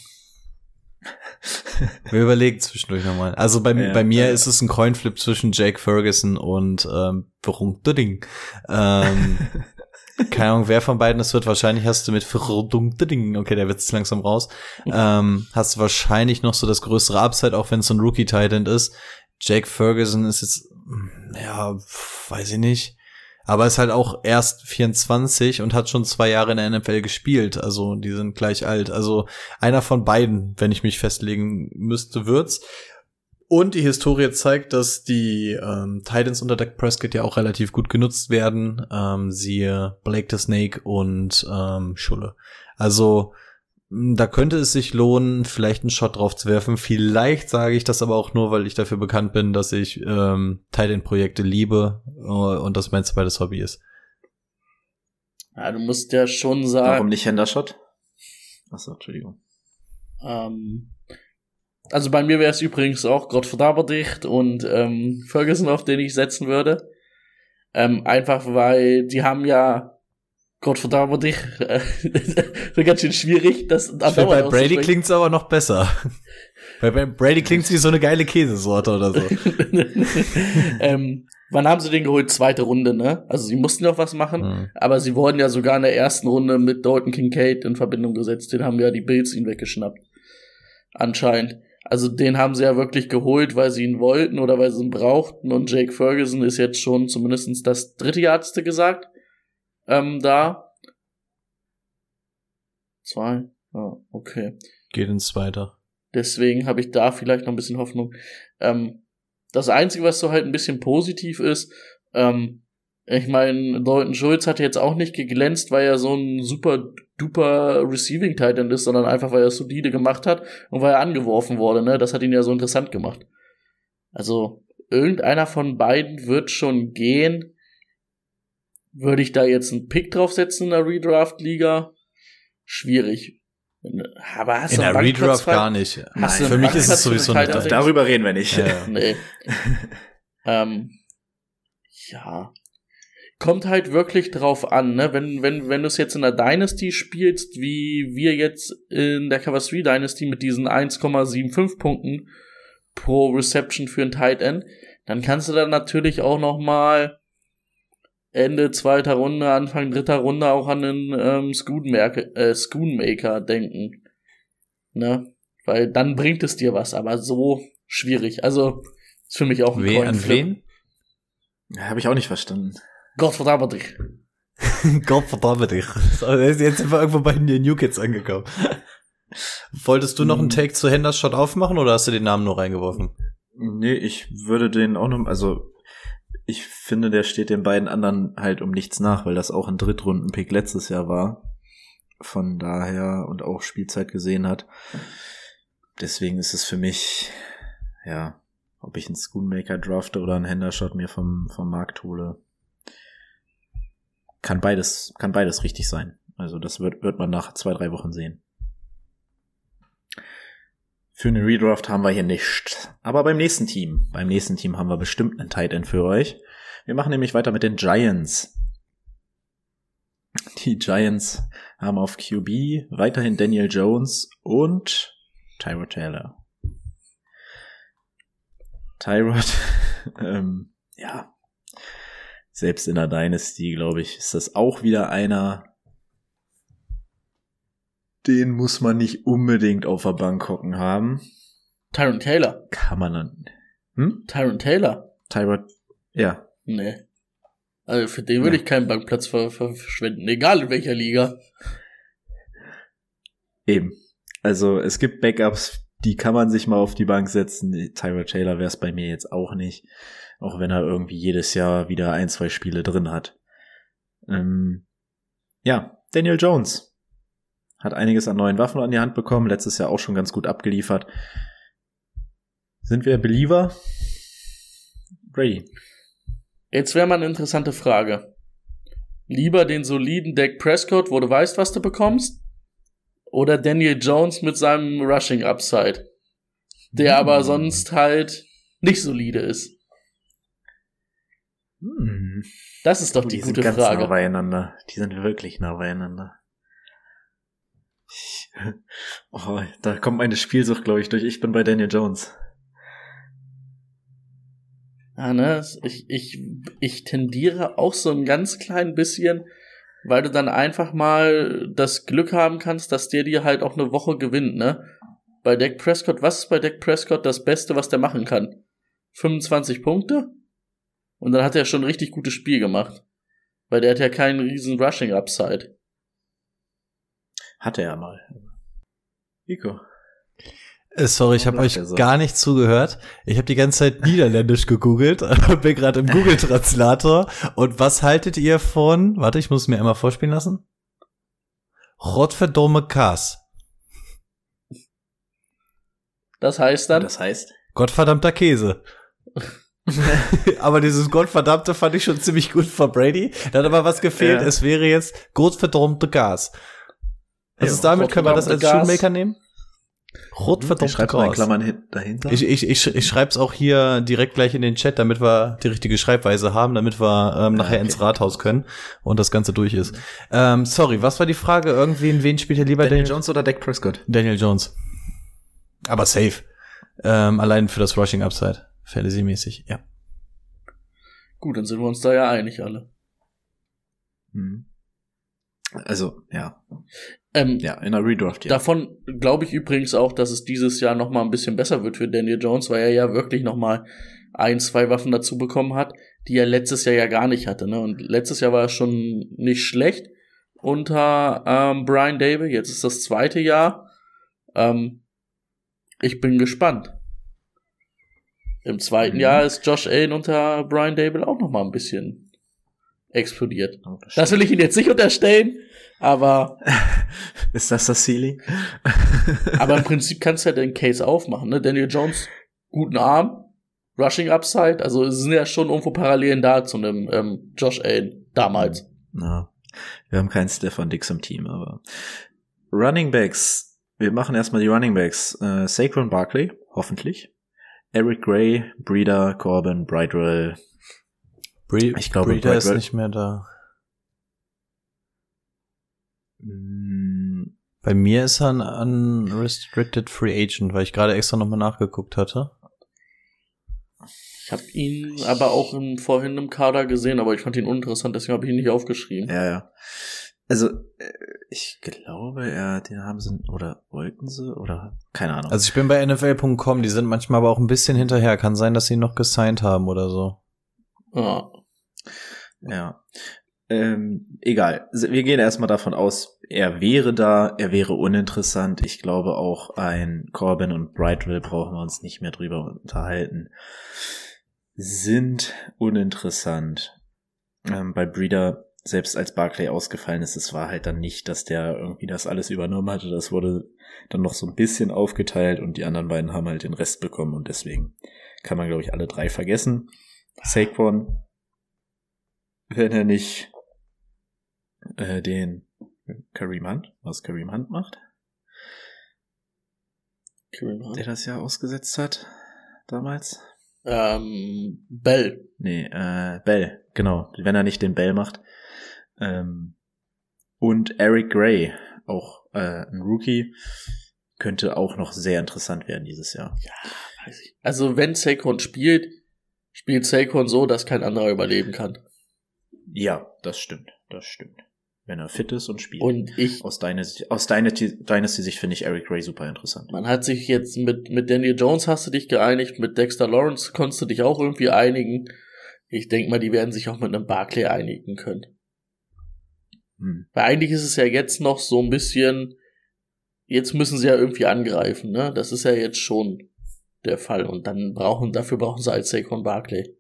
Wir überlegen zwischendurch nochmal. Also bei, Ja, bei mir ja. ist es ein Coinflip zwischen Jake Ferguson und ähm, warum Ding. Ähm, keine Ahnung, wer von beiden es wird. Wahrscheinlich hast du mit Ding, okay, der Witz ist langsam raus. Ähm, hast du wahrscheinlich noch so das größere Upside, auch wenn es so ein Rookie-Tight-End ist. Jake Ferguson ist jetzt, ja, weiß ich nicht. Aber ist halt auch erst vierundzwanzig und hat schon zwei Jahre in der N F L gespielt. Also die sind gleich alt. Also einer von beiden, wenn ich mich festlegen müsste, wird's. Und die Historie zeigt, dass die ähm, Titans unter Dak Prescott ja auch relativ gut genutzt werden. Ähm, siehe Blake the Snake und ähm, Schulle. Also da könnte es sich lohnen, vielleicht einen Shot drauf zu werfen. Vielleicht sage ich das aber auch nur, weil ich dafür bekannt bin, dass ich ähm, Tight-End-Projekte liebe uh, und das mein zweites Hobby ist. Ja, du musst ja schon sagen. Warum nicht Hendershot? Achso, Entschuldigung. Ähm, also bei mir wäre es übrigens auch Gottverdammerdicht und ähm, Ferguson, auf den ich setzen würde. Ähm, einfach weil die haben ja Gottverdammerdicht äh, ganz schön schwierig. Das ich find, bei Brady klingt's aber noch besser. Bei Brady klingt's wie so eine geile Käsesorte oder so. ähm, wann haben sie den geholt? Zweite Runde, ne? Also sie mussten noch was machen, Mhm. aber sie wurden ja sogar in der ersten Runde mit Dalton Kincaid in Verbindung gesetzt. Den haben ja die Bills ihn weggeschnappt. Anscheinend. Also den haben sie ja wirklich geholt, weil sie ihn wollten oder weil sie ihn brauchten. Und Jake Ferguson ist jetzt schon zumindest das dritte Jahr, hast du gesagt, ähm, da. Zwei. Ja, okay. Geht ins Zweite. Deswegen habe ich da vielleicht noch ein bisschen Hoffnung. Ähm, das Einzige, was so halt ein bisschen positiv ist, ähm, ich meine, Dalton Schulz hat jetzt auch nicht geglänzt, weil er so ein super duper Receiving Tight End ist, sondern einfach, weil er es solide gemacht hat und weil er angeworfen wurde, ne? Das hat ihn ja so interessant gemacht. Also, irgendeiner von beiden wird schon gehen. Würde ich da jetzt einen Pick draufsetzen in der Redraft-Liga? Schwierig. Aber hast In du der einen Bankplatz Redraft frei? gar nicht. Hast du Für einen mich ist Bankplatz es für den sowieso Tight nicht. End? Darüber reden wir nicht. Ja, ja. Nee. ähm, ja. Kommt halt wirklich drauf an, ne? Wenn, wenn, wenn du es jetzt in der Dynasty spielst, wie wir jetzt in der Cover drei Dynasty mit diesen eins Komma fünfundsiebzig Punkten pro Reception für ein Tight End, dann kannst du dann natürlich auch noch mal Ende zweiter Runde, Anfang dritter Runde auch an den ähm, Schoonmaker, äh, Schoonmaker denken. Ne? Weil dann bringt es dir was, aber so schwierig. Also, ist für mich auch ein We an Coinflip. wen? Ja, habe ich auch nicht verstanden. Gottverdammt dich. Gott verdammt dich. So, jetzt sind wir irgendwo bei den New Kids angekommen. Wolltest du noch einen Take zu Hendershot aufmachen oder hast du den Namen nur reingeworfen? Nee, ich würde den auch noch, also ich finde, der steht den beiden anderen halt um nichts nach, weil das auch ein Drittrunden-Pick letztes Jahr war. Von daher und auch Spielzeit gesehen hat. Deswegen ist es für mich, ja, ob ich einen Schoonmaker drafte oder einen Hendershot mir vom, vom Markt hole. Kann beides, kann beides richtig sein. Also das wird, wird man nach zwei, drei Wochen sehen. Für eine Redraft haben wir hier nichts. Aber beim nächsten Team, beim nächsten Team haben wir bestimmt einen Tight End für euch. Wir machen nämlich weiter mit den Giants. Die Giants haben auf Q B weiterhin Daniel Jones und Tyrod Taylor. Tyrod, ähm, ja, selbst in der Dynasty, glaube ich, ist das auch wieder einer, den muss man nicht unbedingt auf der Bank hocken haben. Tyron Taylor. Kann man dann. Hm? Tyron Taylor? Tyrod, ja. Nee. Also für den würde Ja. ich keinen Bankplatz ver- ver- verschwenden, egal in welcher Liga. Eben. Also es gibt Backups, die kann man sich mal auf die Bank setzen. Tyrod Taylor wäre es bei mir jetzt auch nicht. Auch wenn er irgendwie jedes Jahr wieder ein, zwei Spiele drin hat. Ähm, ja, Daniel Jones hat einiges an neuen Waffen an die Hand bekommen. Letztes Jahr auch schon ganz gut abgeliefert. Sind wir Believer? Brady. Jetzt wäre mal eine interessante Frage. Lieber den soliden Dak Prescott, wo du weißt, was du bekommst, oder Daniel Jones mit seinem Rushing Upside, der hm. aber sonst halt nicht solide ist. Hm. Das ist doch die, die gute sind ganz Frage. Nah beieinander. Die sind wirklich nah beieinander. Ich, oh, da kommt meine Spielsucht, glaube ich, durch. Ich bin bei Daniel Jones. Ja, ne, ich, ich, ich tendiere auch so ein ganz klein bisschen, weil du dann einfach mal das Glück haben kannst, dass der dir halt auch eine Woche gewinnt, ne? Bei Dak Prescott, was ist bei Dak Prescott das Beste, was der machen kann? fünfundzwanzig Punkte? Und dann hat er schon ein richtig gutes Spiel gemacht. Weil der hat ja keinen riesen Rushing-Upside. Hatte er mal. Nico. Äh, sorry, ich habe euch so. gar nicht zugehört. Ich habe die ganze Zeit Niederländisch gegoogelt und bin gerade im Google-Translator. Und was haltet ihr von, warte, ich muss es mir einmal vorspielen lassen. Godverdomme Kaas. Das heißt dann? Das heißt? Gottverdammter Käse. Aber dieses Gottverdammte fand ich schon ziemlich gut von Brady. Da hat aber was gefehlt. Ja. Es wäre jetzt Gottverdammte Gas. Was ist damit? Können wir das als Shoemaker nehmen? Rotverdammte Gas. Klammern dahinter. Ich, ich, ich, ich schreibe es auch hier direkt gleich in den Chat, damit wir die richtige Schreibweise haben, damit wir ähm, nachher okay. ins Rathaus können und das Ganze durch ist. Ähm, sorry, was war die Frage? Irgendwen, wen spielt ihr lieber? Daniel, Daniel Jones oder Dak Prescott? Daniel Jones. Aber safe. Ähm, allein für das Rushing Upside. Fantasy-mäßig, ja. Gut, dann sind wir uns da ja einig alle. Also, ja. Ähm, ja, in der Redraft, ja. Davon glaube ich übrigens auch, dass es dieses Jahr noch mal ein bisschen besser wird für Daniel Jones, weil er ja wirklich noch mal ein, zwei Waffen dazu bekommen hat, die er letztes Jahr ja gar nicht hatte, ne? Und letztes Jahr war er schon nicht schlecht unter ähm, Brian Daboll. Jetzt ist das zweite Jahr. Ähm, ich bin gespannt. Im zweiten mhm. Jahr ist Josh Allen unter Brian Daboll auch noch mal ein bisschen explodiert. Oh, das, das will ich ihn jetzt nicht unterstellen, aber ist das das Ceiling? Aber im Prinzip kannst du ja den Case aufmachen, ne? Daniel Jones, guten Arm, Rushing Upside, also es sind ja schon irgendwo Parallelen da zu einem ähm, Josh Allen damals. Na, wir haben keinen Stefan Dix im Team, aber Running Backs, wir machen erstmal die Running Backs. Äh, Saquon Barkley, hoffentlich. Eric Gray, Breida, Corbin, Bridewell. Bre- ich glaube, Breida ist nicht mehr da. Mm. Bei mir ist er ein Unrestricted Free Agent, weil ich gerade extra nochmal nachgeguckt hatte. Ich habe ihn aber auch im, vorhin im Kader gesehen, aber ich fand ihn uninteressant, deswegen habe ich ihn nicht aufgeschrieben. Ja, ja. Also, ich glaube, ja, den haben sie, oder wollten sie, oder, keine Ahnung. Also ich bin bei N F L Punkt com, die sind manchmal aber auch ein bisschen hinterher. Kann sein, dass sie ihn noch gesigned haben oder so. Ja. Ja. Ähm, egal. Wir gehen erstmal davon aus, er wäre da, er wäre uninteressant. Ich glaube auch, ein Corbin und Bridewell brauchen wir uns nicht mehr drüber unterhalten. Sind uninteressant. Ähm, bei Breida, selbst als Barkley ausgefallen ist, es war halt dann nicht, dass der irgendwie das alles übernommen hatte. Das wurde dann noch so ein bisschen aufgeteilt und die anderen beiden haben halt den Rest bekommen und deswegen kann man, glaube ich, alle drei vergessen. Saquon, wenn er nicht äh, den Kareem Hunt, was Kareem Hunt macht, Kareem Hunt, der das ja ausgesetzt hat damals. Ähm, Bell. Nee, äh, Bell, genau. Wenn er nicht den Bell macht. Ähm, und Eric Gray, auch äh, ein Rookie, könnte auch noch sehr interessant werden dieses Jahr. Ja, weiß ich. Also wenn Saquon spielt, spielt Saquon so, dass kein anderer überleben kann. Ja, das stimmt, das stimmt. Wenn er fit ist und spielt. Und ich, aus deiner aus deiner Dynasty-Sicht finde ich Eric Gray super interessant. Man hat sich jetzt mit mit Daniel Jones hast du dich geeinigt, mit Dexter Lawrence konntest du dich auch irgendwie einigen. Ich denke mal, die werden sich auch mit einem Barkley einigen können. Hm. Weil eigentlich ist es ja jetzt noch so ein bisschen, jetzt müssen sie ja irgendwie angreifen, ne? Das ist ja jetzt schon der Fall und dann brauchen, dafür brauchen sie als Saquon Barkley.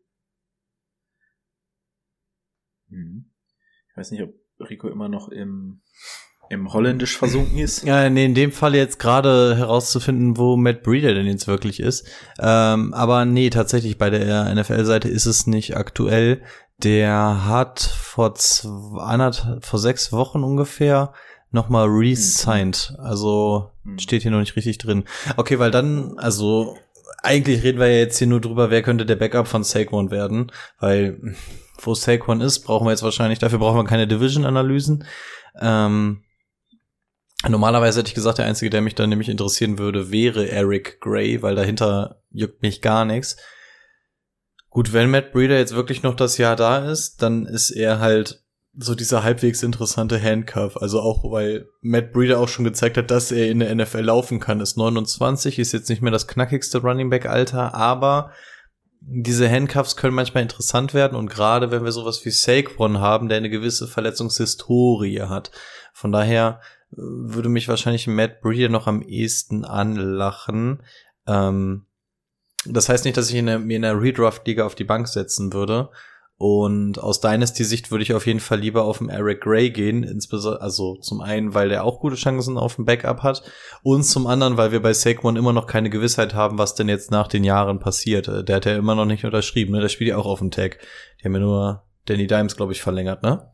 Hm. Ich weiß nicht, ob Rico immer noch im im Holländisch versunken ist. Ja, nee, in dem Fall jetzt gerade herauszufinden, wo Matt Breida denn jetzt wirklich ist. Ähm, aber nee, tatsächlich bei der N F L-Seite ist es nicht aktuell. Der hat vor zwei, vor sechs Wochen ungefähr nochmal re-signed. Also steht hier noch nicht richtig drin. Okay, weil dann, also eigentlich reden wir ja jetzt hier nur drüber, wer könnte der Backup von Saquon werden, weil wo Saquon ist, brauchen wir jetzt wahrscheinlich, dafür brauchen wir keine Division-Analysen. Ähm, normalerweise hätte ich gesagt, der Einzige, der mich dann nämlich interessieren würde, wäre Eric Gray, weil dahinter juckt mich gar nichts. Gut, wenn Matt Breida jetzt wirklich noch das Jahr da ist, dann ist er halt so dieser halbwegs interessante Handcuff. Also auch, weil Matt Breida auch schon gezeigt hat, dass er in der N F L laufen kann. Ist neunundzwanzig, ist jetzt nicht mehr das knackigste Running Back Alter, aber diese Handcuffs können manchmal interessant werden und gerade wenn wir sowas wie Saquon haben, der eine gewisse Verletzungshistorie hat. Von daher würde mich wahrscheinlich Matt Breida noch am ehesten anlachen. Ähm, das heißt nicht, dass ich in der, mir in der Redraft-Liga auf die Bank setzen würde. Und aus Dynasty-Sicht würde ich auf jeden Fall lieber auf den Eric Gray gehen, insbesondere, also zum einen, weil der auch gute Chancen auf ein Backup hat und zum anderen, weil wir bei Saquon immer noch keine Gewissheit haben, was denn jetzt nach den Jahren passiert. Der hat ja immer noch nicht unterschrieben, ne? Der spielt ja auch auf dem Tag. Die haben ja nur Danny Dimes, glaube ich, verlängert, ne?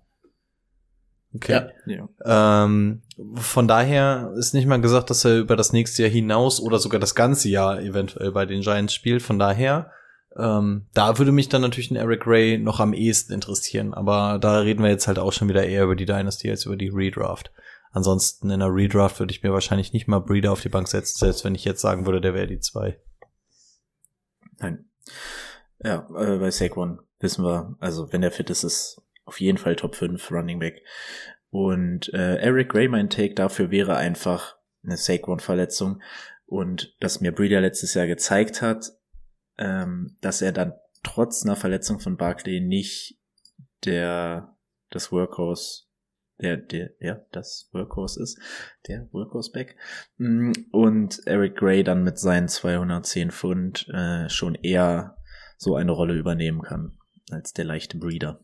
Okay. Ja. Ähm, von daher ist nicht mal gesagt, dass er über das nächste Jahr hinaus oder sogar das ganze Jahr eventuell bei den Giants spielt. Von daher Ähm, da würde mich dann natürlich ein Eric Gray noch am ehesten interessieren, aber da reden wir jetzt halt auch schon wieder eher über die Dynasty als über die Redraft. Ansonsten in der Redraft würde ich mir wahrscheinlich nicht mal Breida auf die Bank setzen, selbst wenn ich jetzt sagen würde, der wäre die zwei. Nein. Ja, äh, bei Saquon wissen wir, also wenn der fit ist, ist auf jeden Fall Top fünf Running Back. Und äh, Eric Gray, mein Take dafür wäre einfach eine Saquon-Verletzung und dass mir Breida letztes Jahr gezeigt hat, Ähm, dass er dann trotz einer Verletzung von Barkley nicht der das Workhorse der der ja das Workhorse ist, der Workhorse Back und Eric Gray dann mit seinen zweihundertzehn Pfund äh, schon eher so eine Rolle übernehmen kann als der leichte Breida.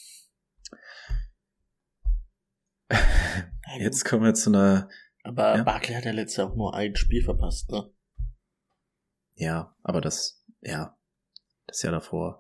Jetzt kommen wir zu einer Aber ja? Barkley hat ja letztes Jahr auch nur ein Spiel verpasst, ne? Ja, aber das Ja, das Jahr davor.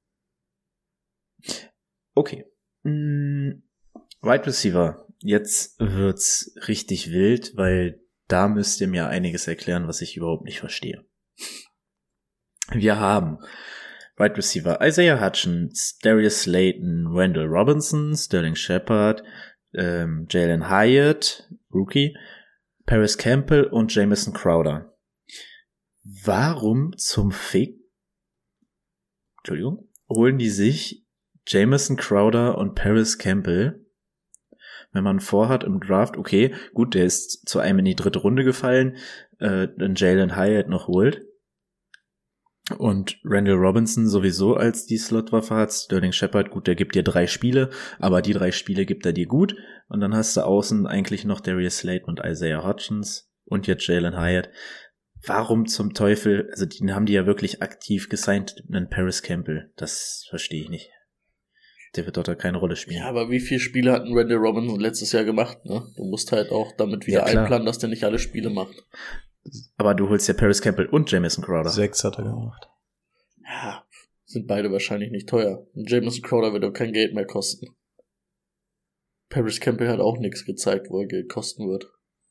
Okay. Mm, Wide Receiver. Jetzt wird's richtig wild, weil da müsst ihr mir einiges erklären, was ich überhaupt nicht verstehe. Wir haben Wide Receiver Isaiah Hutchins, Darius Slayton, Wendell Robinson, Sterling Shepard, ähm, Jalen Hyatt, Rookie, Paris Campbell und Jamison Crowder. Warum zum Fick, Entschuldigung, holen die sich Jamison Crowder und Paris Campbell, wenn man vorhat im Draft, okay, gut, der ist zu einem in die dritte Runde gefallen, äh, dann Jalen Hyatt noch holt und Randall Robinson sowieso als die Slotwaffe hat, Sterling Shepard, gut, der gibt dir drei Spiele, aber die drei Spiele gibt er dir gut und dann hast du außen eigentlich noch Darius Slayton und Isaiah Hutchins und jetzt Jalen Hyatt. Warum zum Teufel, also den haben die ja wirklich aktiv gesigned, einen Paris Campbell. Das verstehe ich nicht. Der wird dort keine Rolle spielen. Ja, aber wie viele Spiele hat ein Randall Robinson letztes Jahr gemacht, ne? Du musst halt auch damit wieder ja, einplanen, dass der nicht alle Spiele macht. Aber du holst ja Paris Campbell und Jamison Crowder. Sechs hat er gemacht. Ja, sind beide wahrscheinlich nicht teuer. Und Jamison Crowder wird auch kein Geld mehr kosten. Paris Campbell hat auch nichts gezeigt, wo er Geld kosten wird.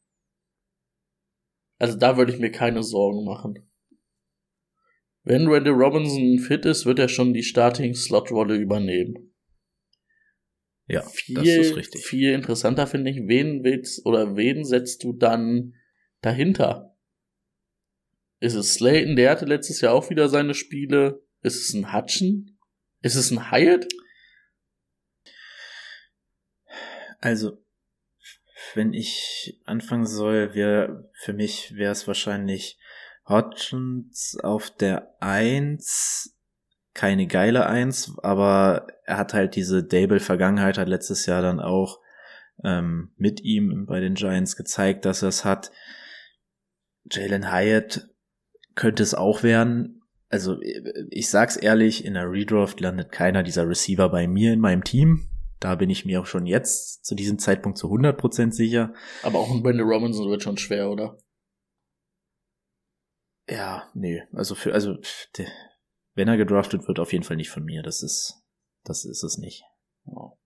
Also da würde ich mir keine Sorgen machen. Wenn Randall Robinson fit ist, wird er schon die Starting-Slot-Rolle übernehmen. Ja, viel, das ist richtig. Viel interessanter finde ich, wen willst oder wen setzt du dann dahinter? Ist es Slayton, der hatte letztes Jahr auch wieder seine Spiele. Ist es ein Hutchin? Ist es ein Hyatt? Also, wenn ich anfangen soll, wäre für mich wäre es wahrscheinlich Hutchins auf der eins, keine geile eins, aber er hat halt diese Dable-Vergangenheit, hat letztes Jahr dann auch ähm, mit ihm bei den Giants gezeigt, dass er es hat. Jalen Hyatt könnte es auch werden. Also ich sag's ehrlich, in der Redraft landet keiner dieser Receiver bei mir in meinem Team. Da bin ich mir auch schon jetzt zu diesem Zeitpunkt zu hundert Prozent sicher. Aber auch ein Brandon Robinson wird schon schwer, oder? Ja, nee, also für, also, der, wenn er gedraftet wird, auf jeden Fall nicht von mir. Das ist, das ist es nicht. Wow.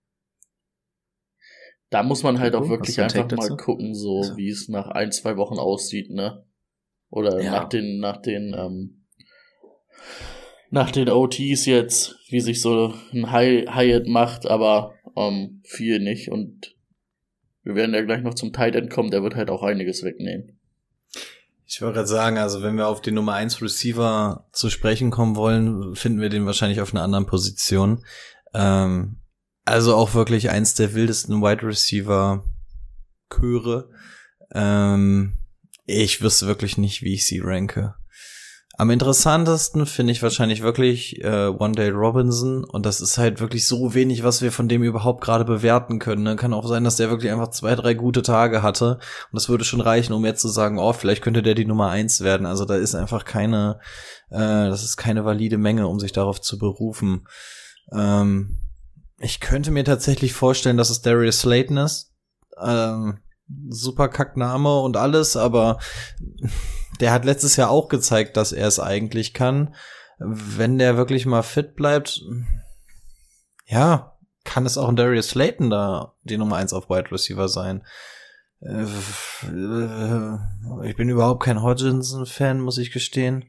Da muss man halt auch Hast wirklich du einen einfach Take mal dazu? gucken, so Also. wie es nach ein, zwei Wochen aussieht, ne? Oder Ja. nach den, nach den, ähm, nach den O Ts jetzt, wie sich so ein Hy- Hyatt macht, aber ähm, viel nicht. Und wir werden ja gleich noch zum Tight End kommen, der wird halt auch einiges wegnehmen. Ich wollte gerade sagen, also wenn wir auf den Nummer eins Receiver zu sprechen kommen wollen, finden wir den wahrscheinlich auf einer anderen Position. Ähm, also auch wirklich eins der wildesten Wide Receiver Chöre. Ähm, ich wüsste wirklich nicht, wie ich sie ranke. Am interessantesten finde ich wahrscheinlich wirklich äh, Wan'Dale Robinson, und das ist halt wirklich so wenig, was wir von dem überhaupt gerade bewerten können. Ne? Kann auch sein, dass der wirklich einfach zwei, drei gute Tage hatte, und das würde schon reichen, um jetzt zu sagen, oh, vielleicht könnte der die Nummer eins werden. Also da ist einfach keine, äh, das ist keine valide Menge, um sich darauf zu berufen. Ähm, ich könnte mir tatsächlich vorstellen, dass es Darius Slayton ist. Ähm, super Kackname und alles, aber der hat letztes Jahr auch gezeigt, dass er es eigentlich kann. Wenn der wirklich mal fit bleibt, ja, kann es auch ein Darius Slayton da die Nummer eins auf Wide Receiver sein. Äh, ich bin überhaupt kein Hodgkinson-Fan, muss ich gestehen.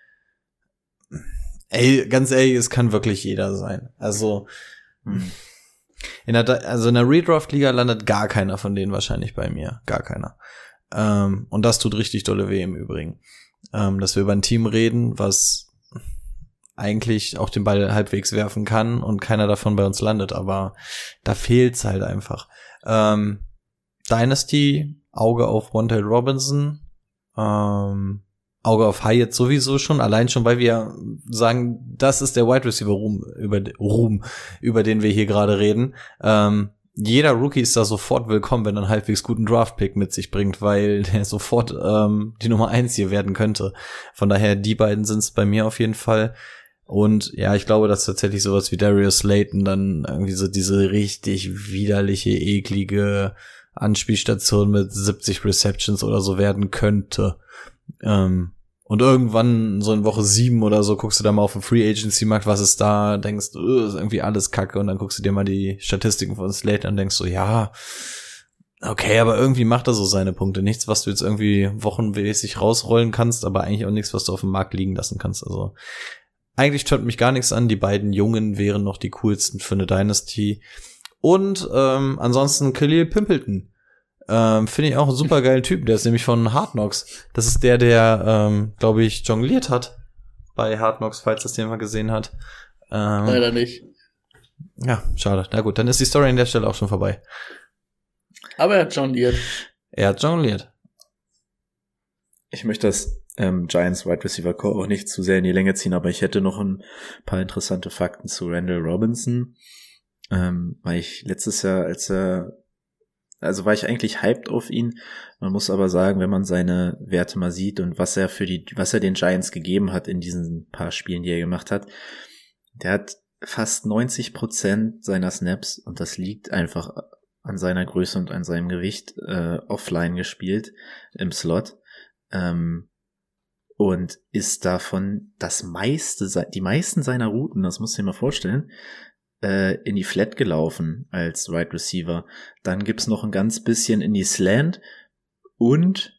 Ey, ganz ehrlich, es kann wirklich jeder sein. Also, hm. in der, also in der Redraft-Liga landet gar keiner von denen wahrscheinlich bei mir. Gar keiner. Ähm, und das tut richtig dolle weh im Übrigen. Ähm, dass wir über ein Team reden, was eigentlich auch den Ball halbwegs werfen kann und keiner davon bei uns landet, aber da fehlt's halt einfach. Ähm, Dynasty, Auge auf Wan'Dale Robinson, ähm, Auge auf Hyatt sowieso schon, allein schon, weil wir sagen, das ist der Wide Receiver Room, über, Room, über den wir hier gerade reden. Ähm, Jeder Rookie ist da sofort willkommen, wenn er einen halbwegs guten Draft-Pick mit sich bringt, weil der sofort ähm, die Nummer eins hier werden könnte. Von daher, die beiden sind es bei mir auf jeden Fall. Und ja, ich glaube, dass tatsächlich sowas wie Darius Slayton dann irgendwie so diese richtig widerliche, eklige Anspielstation mit siebzig Receptions oder so werden könnte. Ähm, und irgendwann, so in Woche sieben oder so, guckst du da mal auf den Free Agency Markt, was ist da, denkst, uh, ist irgendwie alles Kacke, und dann guckst du dir mal die Statistiken von Slater und denkst so, ja, okay, aber irgendwie macht er so seine Punkte. Nichts, was du jetzt irgendwie wochenmäßig rausrollen kannst, aber eigentlich auch nichts, was du auf dem Markt liegen lassen kannst. Also eigentlich stört mich gar nichts an. Die beiden Jungen wären noch die coolsten für eine Dynasty. Und ähm, ansonsten Khalil Pimpleton. Ähm, finde ich auch einen super geilen Typen. Der ist nämlich von Hard Knocks. Das ist der, der, ähm, glaube ich, jongliert hat bei Hard Knocks, falls das jemand gesehen hat. Ähm, Leider nicht. Ja, schade. Na gut, dann ist die Story an der Stelle auch schon vorbei. Aber er hat jongliert. Er hat jongliert. Ich möchte das ähm, Giants Wide Receiver Core auch nicht zu sehr in die Länge ziehen, aber ich hätte noch ein paar interessante Fakten zu Randall Robinson. Ähm, weil ich letztes Jahr, als er Also war ich eigentlich hyped auf ihn. Man muss aber sagen, wenn man seine Werte mal sieht und was er für die, was er den Giants gegeben hat in diesen paar Spielen, die er gemacht hat, der hat fast neunzig Prozent seiner Snaps, und das liegt einfach an seiner Größe und an seinem Gewicht, äh, offline gespielt im Slot, ähm, und ist davon das meiste, die meisten seiner Routen, das musst du dir mal vorstellen, in die Flat gelaufen als Wide Receiver. Dann gibt's noch ein ganz bisschen in die Slant und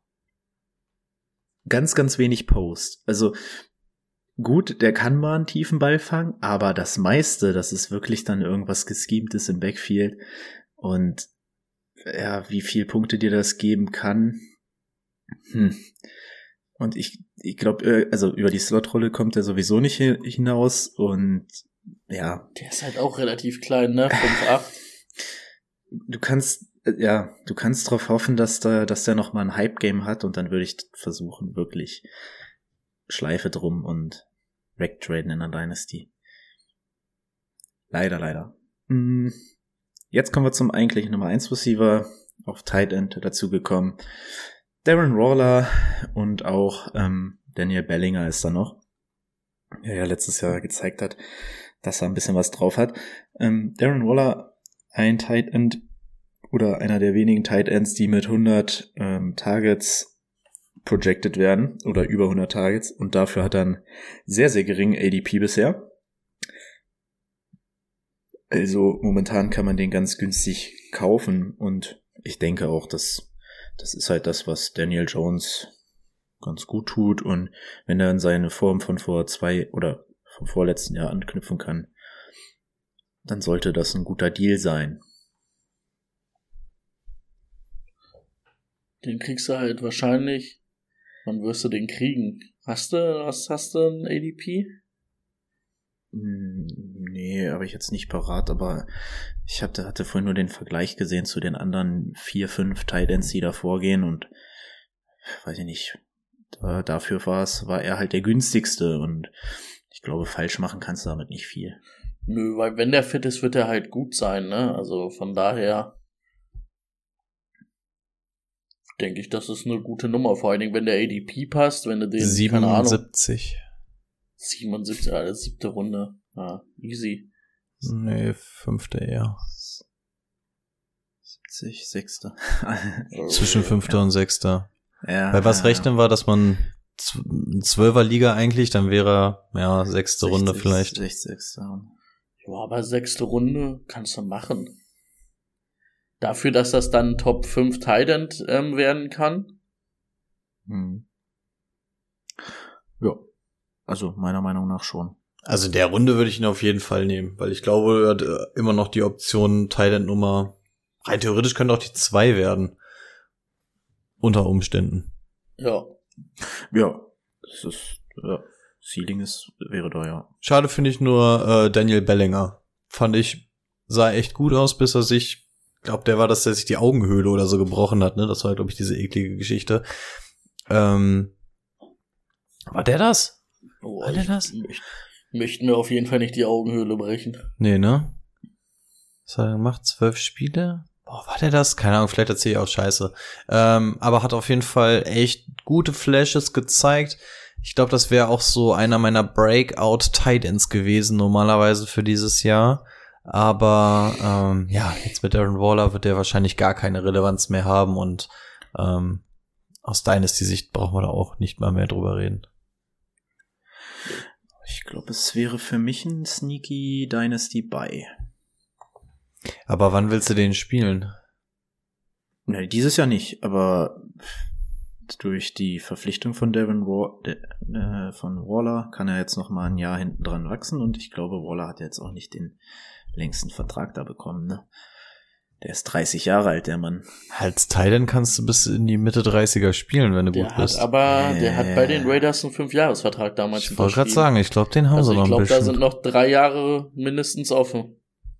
ganz, ganz wenig Post. Also gut, der kann mal einen tiefen Ball fangen, aber das meiste, das ist wirklich dann irgendwas geschemtes im Backfield. Und ja, wie viel Punkte dir das geben kann. Hm. Und ich, ich glaube, also über die Slotrolle kommt er sowieso nicht hinaus, und ja. Der ist halt auch relativ klein, ne? fünf acht. Du kannst, ja, du kannst drauf hoffen, dass da, dass der noch mal ein Hype-Game hat, und dann würde ich versuchen, wirklich Schleife drum und wegtraden in der Dynasty. Leider, leider. Jetzt kommen wir zum eigentlichen Nummer eins Receiver, auf Tight End dazugekommen. Darren Waller und auch ähm, Daniel Bellinger ist da noch, der ja letztes Jahr gezeigt hat, dass er ein bisschen was drauf hat. Ähm, Darren Waller ein Tight End oder einer der wenigen Tight Ends, die mit hundert ähm, Targets projected werden oder über hundert Targets und dafür hat er einen sehr, sehr geringen A D P bisher. Also momentan kann man den ganz günstig kaufen und ich denke auch, dass das ist halt das, was Daniel Jones ganz gut tut und wenn er in seine Form von vor zwei oder vom vorletzten Jahr anknüpfen kann, dann sollte das ein guter Deal sein. Den kriegst du halt wahrscheinlich, wann wirst du den kriegen? Hast du, was hast du ein A D P? Nee, habe ich jetzt nicht parat, aber ich hatte, hatte vorhin nur den Vergleich gesehen zu den anderen vier, fünf Tight Ends, die da vorgehen und weiß ich nicht, da, dafür war es, war er halt der günstigste und ich glaube, falsch machen kannst du damit nicht viel. Nö, weil wenn der fit ist, wird er halt gut sein, ne? Also von daher denke ich, das ist eine gute Nummer, vor allen Dingen, wenn der A D P passt, wenn du den, siebenundsiebzig. keine Ahnung, siebenundsiebzig, also siebte Runde. Ah, easy. Nee, fünfte eher. siebzig, sechste. Zwischen fünfter und sechster. Ja. Weil was ja. rechnen war, dass man zwölfer Liga eigentlich, dann wäre ja sechste Runde sechzig, vielleicht. sechzig, Ja, aber sechste Runde kannst du machen. Dafür, dass das dann Top fünf Tight End ähm, werden kann. Hm. Ja. Also meiner Meinung nach schon. Also in der Runde würde ich ihn auf jeden Fall nehmen, weil ich glaube, er hat äh, immer noch die Option Tight End Nummer. Rein theoretisch könnte auch die zwei werden. Unter Umständen. Ja. Ja. Das ist, ja. Ceiling ist, wäre da, ja. Schade finde ich nur äh, Daniel Bellinger. Fand ich, sah echt gut aus, bis er sich, glaube der war, dass er sich die Augenhöhle oder so gebrochen hat, ne? Das war, glaube ich, diese eklige Geschichte. Ähm, war der das? Oh, War der das? Ich, ich möchte mir auf jeden Fall nicht die Augenhöhle brechen. Nee, ne? Was hat er gemacht? Zwölf Spiele? Boah, war der das? Keine Ahnung, vielleicht erzähle ich auch Scheiße. Ähm, aber hat auf jeden Fall echt gute Flashes gezeigt. Ich glaube, das wäre auch so einer meiner Breakout-Tight-Ends gewesen, normalerweise für dieses Jahr. Aber ähm, ja, jetzt mit Darren Waller wird der wahrscheinlich gar keine Relevanz mehr haben und ähm, aus Dynasty-Sicht brauchen wir da auch nicht mal mehr drüber reden. Ich glaube, es wäre für mich ein sneaky Dynasty Buy. Aber wann willst du den spielen? Ne, dieses Jahr nicht, aber durch die Verpflichtung von Devin Wa- äh, von Waller kann er jetzt noch mal ein Jahr hinten dran wachsen und ich glaube, Waller hat jetzt auch nicht den längsten Vertrag da bekommen, ne? Der ist dreißig Jahre alt, der Mann. Als Tight-End kannst du bis in die Mitte dreißiger spielen, wenn du Der gut hat bist. aber, Äh. der hat bei den Raiders einen Fünfjahresvertrag damals Ich wollte gerade sagen, ich glaube, den haben also sie noch ich ein glaube, bisschen. da sind noch drei Jahre mindestens offen.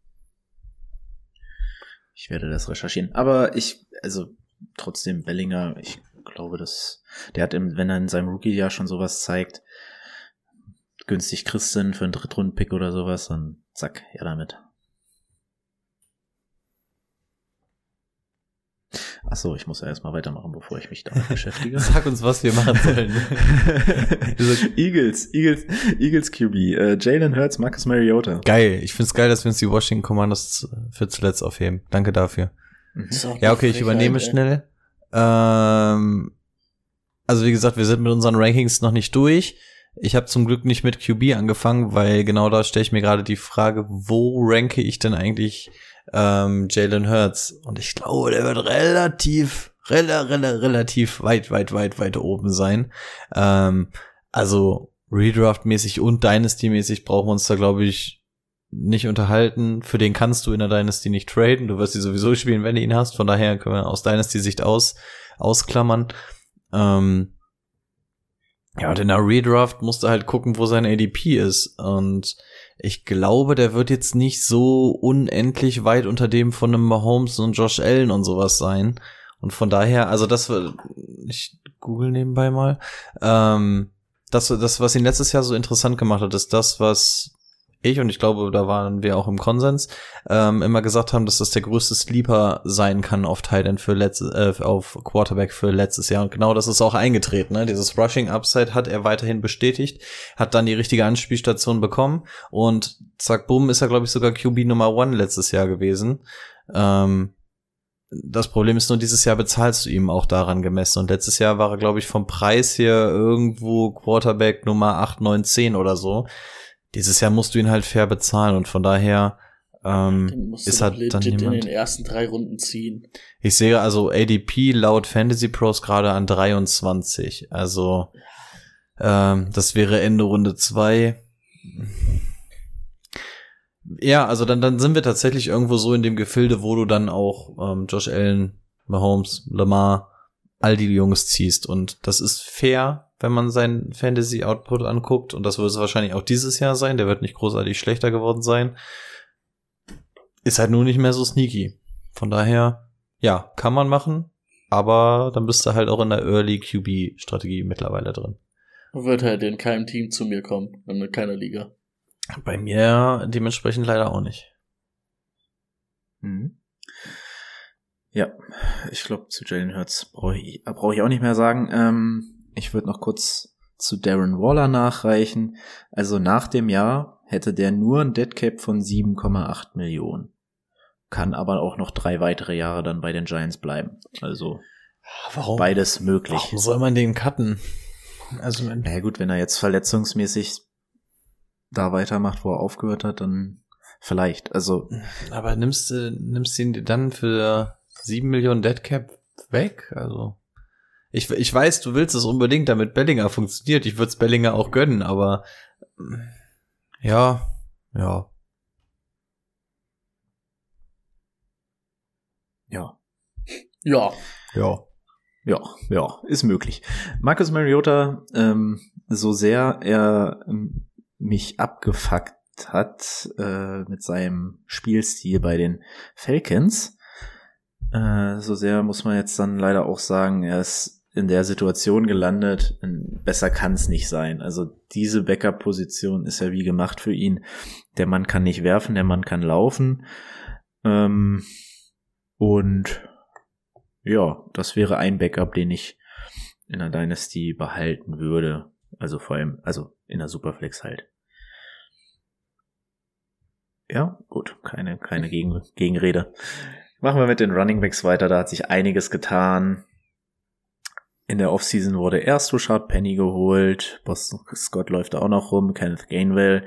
Ich werde das recherchieren. Aber ich, also trotzdem Bellinger, ich glaube, dass der hat, im, wenn er in seinem Rookie-Jahr schon sowas zeigt, günstig Christen für einen Drittrunden-Pick oder sowas, dann zack, ja damit. Achso, ich muss ja erstmal weitermachen, bevor ich mich damit beschäftige. Sag uns, was wir machen sollen. Eagles, Eagles, Eagles Q B, äh, Jalen Hurts, Marcus Mariota. Geil, ich find's geil, dass wir uns die Washington Commanders für zuletzt aufheben. Danke dafür. Ja, okay, ich übernehme Frechheit, schnell. Ähm, also wie gesagt, wir sind mit unseren Rankings noch nicht durch. Ich habe zum Glück nicht mit Q B angefangen, weil genau da stelle ich mir gerade die Frage, wo ranke ich denn eigentlich ähm, Jalen Hurts? Und ich glaube, der wird relativ, rela, rela, relativ weit, weit, weit, weit oben sein. Ähm, also Redraft-mäßig und Dynasty-mäßig brauchen wir uns da, glaube ich, nicht unterhalten. Für den kannst du in der Dynasty nicht traden. Du wirst sie sowieso spielen, wenn du ihn hast. Von daher können wir aus Dynasty-Sicht aus, ausklammern. Ähm, ja, und in der Redraft musst du halt gucken, wo sein A D P ist. Und ich glaube, der wird jetzt nicht so unendlich weit unter dem von einem Mahomes und Josh Allen und sowas sein. Und von daher, also das wird, ich google nebenbei mal, ähm, das, das, was ihn letztes Jahr so interessant gemacht hat, ist das, was ich, und ich glaube, da waren wir auch im Konsens, ähm, immer gesagt haben, dass das der größte Sleeper sein kann auf Tight End für letztes, äh, auf Quarterback für letztes Jahr. Und genau das ist auch eingetreten, ne? Dieses Rushing Upside hat er weiterhin bestätigt, hat dann die richtige Anspielstation bekommen und zack, bumm, ist er, glaube ich, sogar Q B Nummer One letztes Jahr gewesen. Ähm, das Problem ist nur, dieses Jahr bezahlst du ihm auch daran gemessen. Und letztes Jahr war er, glaube ich, vom Preis her irgendwo Quarterback Nummer acht, neun, zehn oder so. Dieses Jahr musst du ihn halt fair bezahlen und von daher ähm, ist halt dann jemand in den ersten drei Runden ziehen. Ich sehe also A D P laut Fantasy Pros gerade an dreiundzwanzig. Also ähm, das wäre Ende Runde zwei. Ja, also dann dann sind wir tatsächlich irgendwo so in dem Gefilde, wo du dann auch ähm, Josh Allen, Mahomes, Lamar, all die Jungs ziehst und das ist fair, wenn man seinen Fantasy-Output anguckt. Und das wird es wahrscheinlich auch dieses Jahr sein. Der wird nicht großartig schlechter geworden sein. Ist halt nur nicht mehr so sneaky. Von daher, ja, kann man machen. Aber dann bist du halt auch in der Early Q B-Strategie mittlerweile drin. Wird halt in keinem Team zu mir kommen. In keiner Liga. Bei mir dementsprechend leider auch nicht. Mhm. Ja, ich glaube, zu Jalen Hurts brauche ich, brauch ich auch nicht mehr sagen. Ähm, Ich würde noch kurz zu Darren Waller nachreichen. Also nach dem Jahr hätte der nur ein Deadcap von sieben Komma acht Millionen. Kann aber auch noch drei weitere Jahre dann bei den Giants bleiben. Also Warum? beides möglich. Warum soll man den cutten? Also Na ja, gut, wenn er jetzt verletzungsmäßig da weitermacht, wo er aufgehört hat, dann vielleicht. Also aber nimmst du nimmst ihn dir dann für sieben Millionen Deadcap weg? Also Ich, ich weiß, du willst es unbedingt, damit Bellinger funktioniert. Ich würde es Bellinger auch gönnen, aber ja, ja. Ja. Ja. Ja. Ja, ja, ist möglich. Marcus Mariota, ähm, so sehr er ähm, mich abgefuckt hat äh, mit seinem Spielstil bei den Falcons, äh, so sehr muss man jetzt dann leider auch sagen, er ist in der Situation gelandet, besser kann es nicht sein. Also diese Backup-Position ist ja wie gemacht für ihn. Der Mann kann nicht werfen, der Mann kann laufen. Ähm, und ja, das wäre ein Backup, den ich in der Dynasty behalten würde. Also vor allem, also in der Superflex halt. Ja, gut, keine, keine Gegen- Gegenrede. Machen wir mit den Running Backs weiter, da hat sich einiges getan. In der Offseason wurde erst Rashad Penny geholt, Boston Scott läuft auch noch rum, Kenneth Gainwell,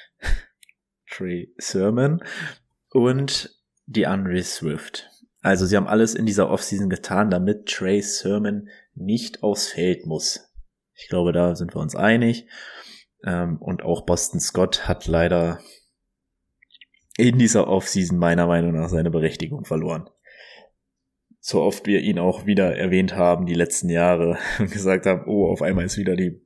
Trey Sermon und DeAndre Swift. Also sie haben alles in dieser Offseason getan, damit Trey Sermon nicht aufs Feld muss. Ich glaube, da sind wir uns einig. Und auch Boston Scott hat leider in dieser Offseason meiner Meinung nach seine Berechtigung verloren. So oft wir ihn auch wieder erwähnt haben, die letzten Jahre, und gesagt haben, oh, auf einmal ist wieder die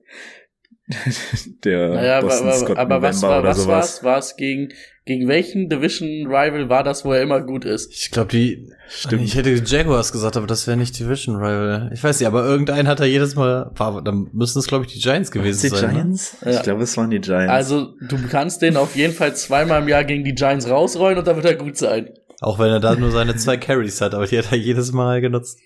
der naja, Boston aber, Scott aber November was war, oder was sowas. war's, war's gegen, gegen welchen Division-Rival war das, wo er immer gut ist? Ich glaube, die, Stimmt. ich hätte Jaguars gesagt, aber das wäre nicht Division Rival. Ich weiß nicht, aber irgendein hat er jedes Mal, dann müssen es, glaube ich, die Giants gewesen die sein. Giants? Ne? Ich Ja. glaube, es waren die Giants. Also, du kannst den auf jeden Fall zweimal im Jahr gegen die Giants rausrollen und dann wird er gut sein. Auch wenn er da nur seine zwei Carries hat, aber die hat er jedes Mal genutzt.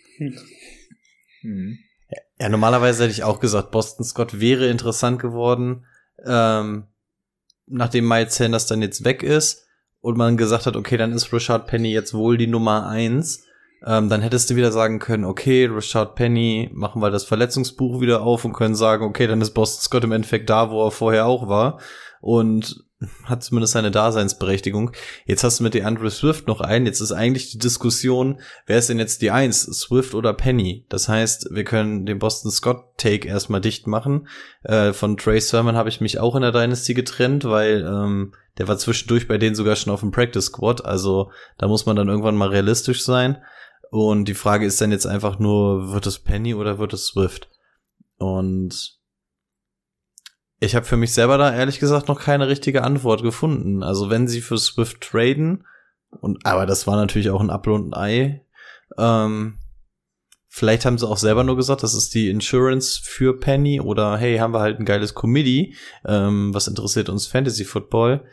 Mhm. Ja, normalerweise hätte ich auch gesagt, Boston Scott wäre interessant geworden, ähm, nachdem Miles Sanders dann jetzt weg ist und man gesagt hat, okay, dann ist Rashad Penny jetzt wohl die Nummer eins, ähm, dann hättest du wieder sagen können, okay, Rashad Penny, machen wir das Verletzungsbuch wieder auf und können sagen, okay, dann ist Boston Scott im Endeffekt da, wo er vorher auch war und hat zumindest seine Daseinsberechtigung. Jetzt hast du mit DeAndre Swift noch einen. Jetzt ist eigentlich die Diskussion, wer ist denn jetzt die Eins, Swift oder Penny? Das heißt, wir können den Boston Scott Take erstmal dicht machen. Äh, von Trey Sermon habe ich mich auch in der Dynasty getrennt, weil ähm, der war zwischendurch bei denen sogar schon auf dem Practice Squad. Also da muss man dann irgendwann mal realistisch sein. Und die Frage ist dann jetzt einfach nur, wird es Penny oder wird es Swift? Und ich habe für mich selber da ehrlich gesagt noch keine richtige Antwort gefunden. Also wenn sie für Swift traden, und aber das war natürlich auch ein Apfel und ein Ei, ähm, Vielleicht haben sie auch selber nur gesagt, das ist die Insurance für Penny oder hey, haben wir halt ein geiles Committee, ähm, was interessiert uns Fantasy Football.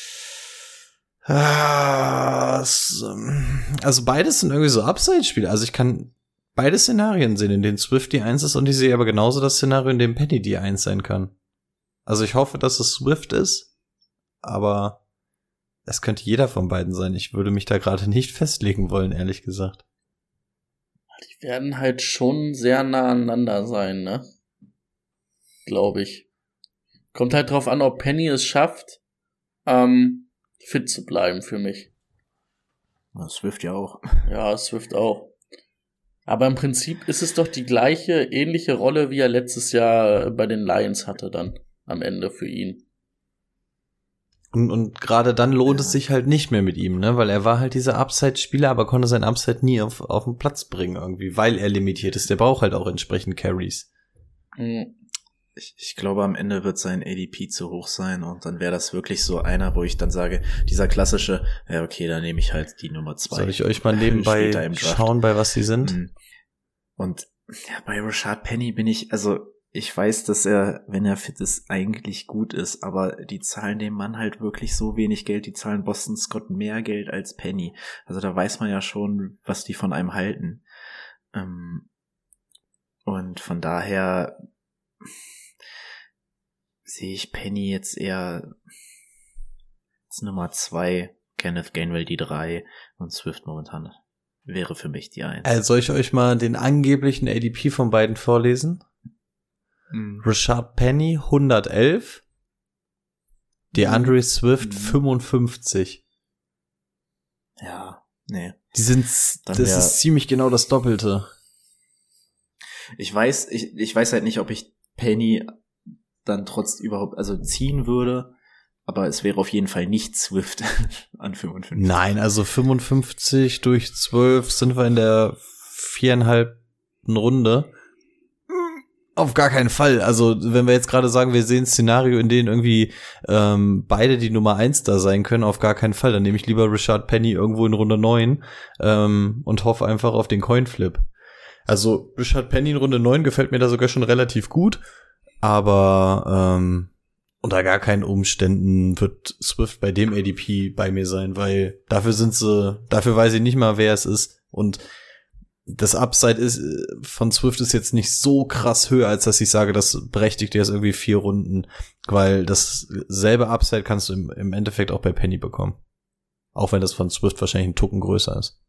Ah, es, also beides sind irgendwie so Upside-Spiele. Also ich kann beide Szenarien sehen, in denen Swift die eins ist und ich sehe aber genauso das Szenario, in dem Penny die eins sein kann. Also ich hoffe, dass es Swift ist, aber es könnte jeder von beiden sein. Ich würde mich da gerade nicht festlegen wollen, ehrlich gesagt. Die werden halt schon sehr nah aneinander sein, ne? Glaube ich. Kommt halt drauf an, ob Penny es schafft, ähm, fit zu bleiben für mich. Ja, Swift ja auch. Ja, Swift auch. Aber im Prinzip ist es doch die gleiche, ähnliche Rolle, wie er letztes Jahr bei den Lions hatte dann am Ende für ihn. Und, und gerade dann lohnt Ja. es sich halt nicht mehr mit ihm, ne? Weil er war halt dieser Upside-Spieler, aber konnte sein Upside nie auf, auf den Platz bringen irgendwie, weil er limitiert ist. Der braucht halt auch entsprechend Carries. Mhm. Ich, ich glaube, am Ende wird sein A D P zu hoch sein und dann wäre das wirklich so einer, wo ich dann sage, dieser klassische, ja okay, dann nehme ich halt die Nummer zwei. Soll ich euch mal Später nebenbei im Draft. schauen, bei was sie sind? Mhm. Und ja, bei Rashad Penny bin ich, also ich weiß, dass er, wenn er fit ist, eigentlich gut ist, aber die zahlen dem Mann halt wirklich so wenig Geld, die zahlen Boston Scott mehr Geld als Penny. Also da weiß man ja schon, was die von einem halten. Ähm, und von daher sehe ich Penny jetzt eher als Nummer zwei, Kenneth Gainwell die drei und Swift momentan wäre für mich die eins. Also soll ich euch mal den angeblichen A D P von beiden vorlesen? Mhm. Rashad Penny hundertelf, DeAndre Swift Mhm. fünfundfünfzig. Ja, nee. Die sind, Dann das wär- ist ziemlich genau das Doppelte. Ich weiß, ich, ich weiß halt nicht, ob ich Penny dann trotz überhaupt, also ziehen würde, aber es wäre auf jeden Fall nicht Swift an fünfundfünfzig. Nein, also fünfundfünfzig durch zwölf sind wir in der viereinhalbten Runde. Auf gar keinen Fall. Also wenn wir jetzt gerade sagen, wir sehen ein Szenario, in dem irgendwie ähm, beide die Nummer eins da sein können, auf gar keinen Fall. Dann nehme ich lieber Rashad Penny irgendwo in Runde neun ähm, und hoffe einfach auf den Coinflip. Also Rashad Penny in Runde neun gefällt mir da sogar schon relativ gut, aber ähm, unter gar keinen Umständen wird Swift bei dem A D P bei mir sein, weil dafür sind sie, dafür weiß ich nicht mal, wer es ist. Und das Upside ist von Swift ist jetzt nicht so krass höher, als dass ich sage, das berechtigt jetzt irgendwie vier Runden, weil dasselbe Upside kannst du im, im Endeffekt auch bei Penny bekommen. Auch wenn das von Swift wahrscheinlich einen Tucken größer ist.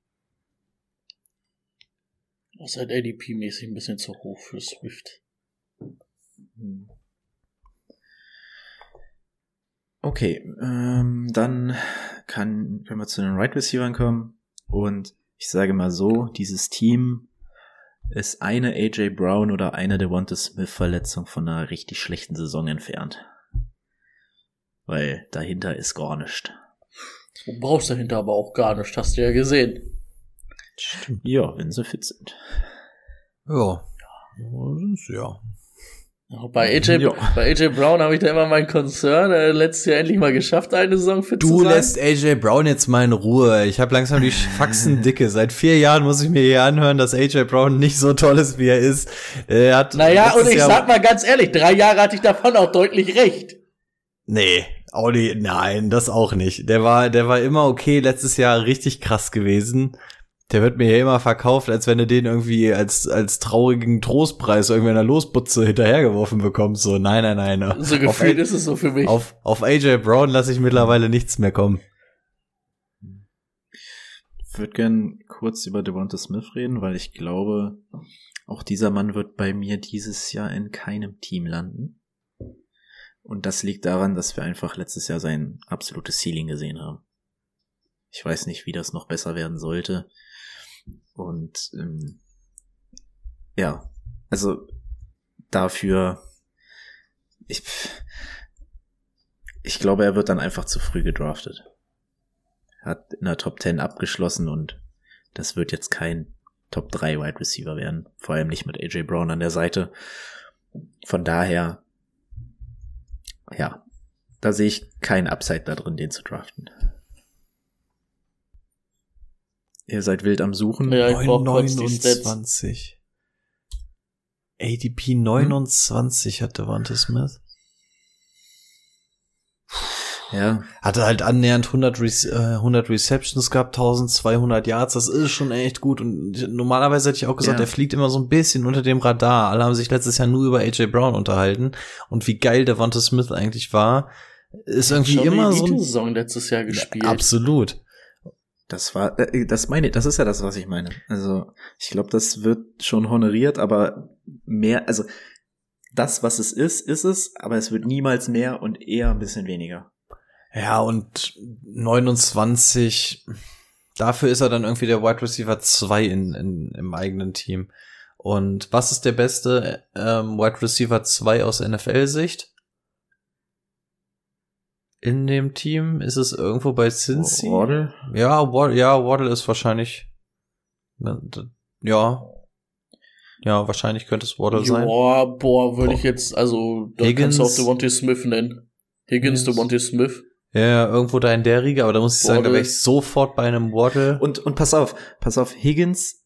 Das ist halt A D P-mäßig ein bisschen zu hoch für Swift. Okay, ähm, dann kann, können wir zu den Right Receivers kommen und ich sage mal so, dieses Team ist eine A J Brown oder eine Devonta Smith Verletzung von einer richtig schlechten Saison entfernt. Weil dahinter ist gar nichts. Du brauchst dahinter aber auch gar nicht, hast du ja gesehen. Ja, wenn sie fit sind. Ja. Ja. Ja, Bei A J, Ja. bei A J Brown habe ich da immer meinen Concern. Er hat letztes Jahr endlich mal geschafft, eine Saison fit zu Du sein. lässt A J Brown jetzt mal in Ruhe. Ich habe langsam die Faxen dicke. Seit vier Jahren muss ich mir hier anhören, dass A J Brown nicht so toll ist, wie er ist. Er hat Naja, und letztes ich Jahr- sag mal ganz ehrlich, drei Jahre hatte ich davon auch deutlich recht. Nee, Audi, nein, das auch nicht. Der war, der war immer okay, letztes Jahr richtig krass gewesen. Der wird mir ja immer verkauft, als wenn du den irgendwie als, als traurigen Trostpreis irgendwie in der Losbutze hinterhergeworfen bekommst. So, nein, nein, nein. So auf, gefühlt ist es so für mich. auf, auf A J Brown lasse ich mittlerweile nichts mehr kommen. Ich würde gern kurz über Devonta Smith reden, weil ich glaube, auch dieser Mann wird bei mir dieses Jahr in keinem Team landen. Und das liegt daran, dass wir einfach letztes Jahr sein absolutes Ceiling gesehen haben. Ich weiß nicht, wie das noch besser werden sollte. Und ähm, ja, also dafür, ich, ich glaube, er wird dann einfach zu früh gedraftet. Hat in der Top zehn abgeschlossen und das wird jetzt kein Top drei Wide Receiver werden. Vor allem nicht mit A J Brown an der Seite. Von daher, ja, da sehe ich kein Upside da drin, den zu draften. Ihr seid wild am Suchen. Ja, ich brauch kurz die Stats. neunundzwanzig. A D P neunundzwanzig hm? hat Devonta Smith. Ja. Hatte halt annähernd hundert, Re- äh, hundert Receptions gehabt, zwölfhundert Yards, das ist schon echt gut. Und normalerweise hätte ich auch gesagt, ja. er fliegt immer so ein bisschen unter dem Radar. Alle haben sich letztes Jahr nur über A J Brown unterhalten. Und wie geil Devonta Smith eigentlich war, ist irgendwie schon immer die so ein... Saison letztes Jahr gespielt. Ja, absolut. Das war, äh, das meine, das ist ja das, was ich meine. Also, ich glaube, das wird schon honoriert, aber mehr, also, das, was es ist, ist es, aber es wird niemals mehr und eher ein bisschen weniger. Ja, und neunundzwanzig, dafür ist er dann irgendwie der Wide Receiver zwei in, in, im eigenen Team. Und was ist der beste ähm, Wide Receiver zwei aus N F L-Sicht? In dem Team ist es irgendwo bei Cincy. Waddle? Ja, Waddle, ja, Waddle ist wahrscheinlich, ja, ja, wahrscheinlich könnte es Waddle sein. Boah, boah, würde ich jetzt, also, da Higgins. kannst du auch Devonta Smith nennen. Higgins, Higgins. Devonta Smith. Ja, irgendwo da in der Riege, aber da muss ich sagen, Waddle. da wäre ich sofort bei einem Waddle. Und, und pass auf, pass auf, Higgins,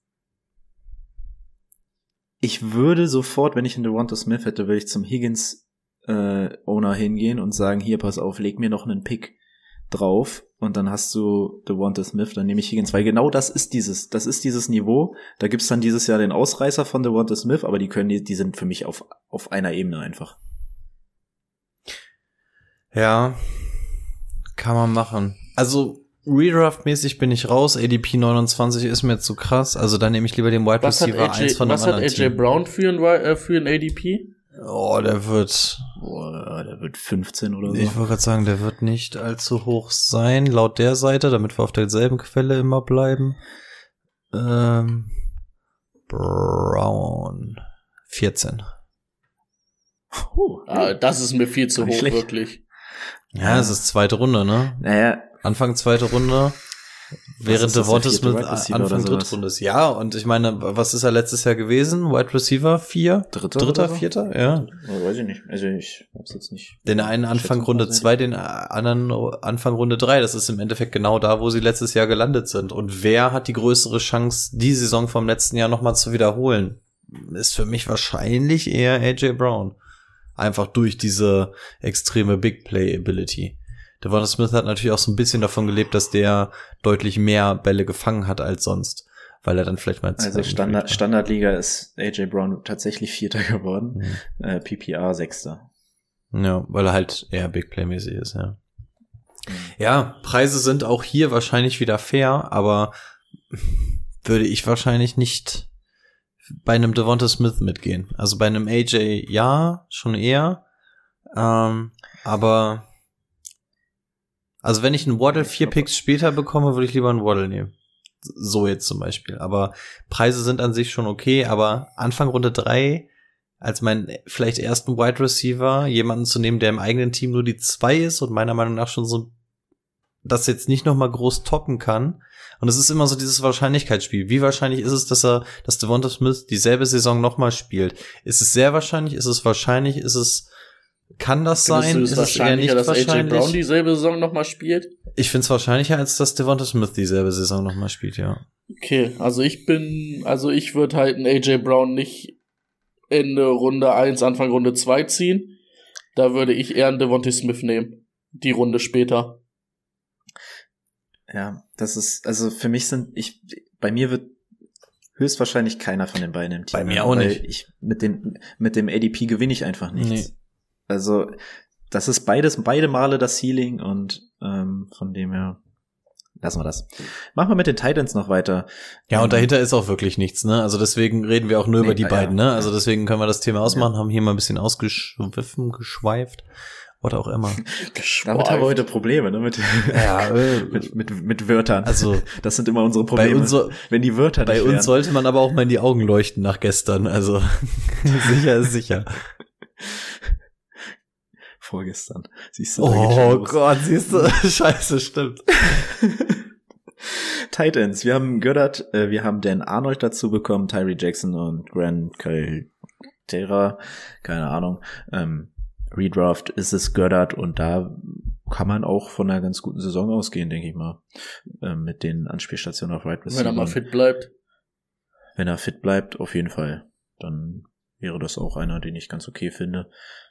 ich würde sofort, wenn ich einen Devonta Smith hätte, würde ich zum Higgins äh, Owner hingehen und sagen, hier, pass auf, leg mir noch einen Pick drauf und dann hast du Devonta Smith, dann nehme ich Higgins, weil genau das ist dieses, das ist dieses Niveau, da gibt's dann dieses Jahr den Ausreißer von Devonta Smith, aber die können, die, die sind für mich auf, auf einer Ebene einfach. Ja, kann man machen. Also, Redraft-mäßig bin ich raus. A D P neunundzwanzig ist mir zu krass. Also, dann nehme ich lieber den Wide Was hat Receiver A J, eins von einem was hat anderen A J Team. Brown für ein, äh, für ein A D P? Oh, der wird, Boah, der wird fünfzehn oder so. ich wollte gerade sagen, der wird nicht allzu hoch sein, laut der Seite, damit wir auf derselben Quelle immer bleiben. Ähm, Brown. vierzehn. Oh, Ah, das ist mir viel zu Nicht hoch, schlecht. wirklich. Ja, es ist zweite Runde, ne? Naja, Anfang zweite Runde. Während ist das, Devonta der vierte Smith Wide Receiver Anfang oder sowas? dritte Runde ist. Ja, und ich meine, was ist er letztes Jahr gewesen? Wide Receiver vier? Dritter Dritter, oder so? vierter? Ja. Oh, weiß ich nicht. Also ich hab's jetzt nicht. Den einen Anfang Runde zwei, den anderen Anfang Runde drei. Das ist im Endeffekt genau da, wo sie letztes Jahr gelandet sind. Und wer hat die größere Chance, die Saison vom letzten Jahr nochmal zu wiederholen? Ist für mich wahrscheinlich eher A J Brown. Einfach durch diese extreme Big Play Ability. Devonta Smith hat natürlich auch so ein bisschen davon gelebt, dass der deutlich mehr Bälle gefangen hat als sonst, weil er dann vielleicht mal Also Standard, Standardliga ist A J Brown tatsächlich Vierter geworden, mhm. äh, P P R Sechster. Ja, weil er halt eher Big Play-mäßig ist, ja. Mhm. Ja, Preise sind auch hier wahrscheinlich wieder fair, aber würde ich wahrscheinlich nicht bei einem Devonta Smith mitgehen. Also bei einem A J ja, schon eher, ähm, aber also wenn ich einen Waddle vier Picks später bekomme, würde ich lieber einen Waddle nehmen. So jetzt zum Beispiel. Aber Preise sind an sich schon okay, aber Anfang Runde drei als meinen vielleicht ersten Wide Receiver jemanden zu nehmen, der im eigenen Team nur die zwei ist und meiner Meinung nach schon so das jetzt nicht noch mal groß toppen kann. Und es ist immer so dieses Wahrscheinlichkeitsspiel. Wie wahrscheinlich ist es, dass er, dass Devonta Smith dieselbe Saison noch mal spielt? Ist es sehr wahrscheinlich? Ist es wahrscheinlich? Ist es Kann das sein? Ist es eher nicht dass wahrscheinlich? A J Brown dieselbe Saison nochmal spielt? Ich finde es wahrscheinlicher, als dass Devonta Smith dieselbe Saison nochmal spielt, ja. Okay, also ich bin, also ich würde halt einen A J Brown nicht Ende Runde eins, Anfang Runde zwei ziehen. Da würde ich eher einen Devonta Smith nehmen. Die Runde später. Ja, das ist, also für mich sind, ich, bei mir wird höchstwahrscheinlich keiner von den beiden im Team. Bei mir auch weil nicht. Ich, mit, den, mit dem A D P gewinne ich einfach nichts. Nee. Also, das ist beides, beide Male das Ceiling und ähm, von dem her lassen wir das. Machen wir mit den Titans noch weiter. Ja, und ähm, dahinter ist auch wirklich nichts, ne? Also deswegen reden wir auch nur Nee, über die ja, beiden, ne? Also deswegen können wir das Thema ausmachen, Ja. haben hier mal ein bisschen ausgeschwiffen, geschweift, oder auch immer. Damit haben wir heute Probleme, ne? Mit, Ja, äh, mit, mit, mit Wörtern. Also das sind immer unsere bei Probleme. uns, so, wenn die Wörter bei nicht uns wären. sollte man aber auch mal in die Augen leuchten nach gestern, also sicher ist sicher. Vorgestern. Siehst du, da geht schon Oh los. Gott, siehst du, scheiße, stimmt. Titans, wir haben Goddard, äh, wir haben Dan Arnold dazu bekommen, Tyree Jackson und Grant Caltera, keine Ahnung. Ähm, Redraft ist es Goddard und da kann man auch von einer ganz guten Saison ausgehen, denke ich mal, äh, mit den Anspielstationen auf Right Receiver. Wenn er mal fit bleibt. Wenn er fit bleibt, auf jeden Fall. Dann wäre das auch einer, den ich ganz okay finde.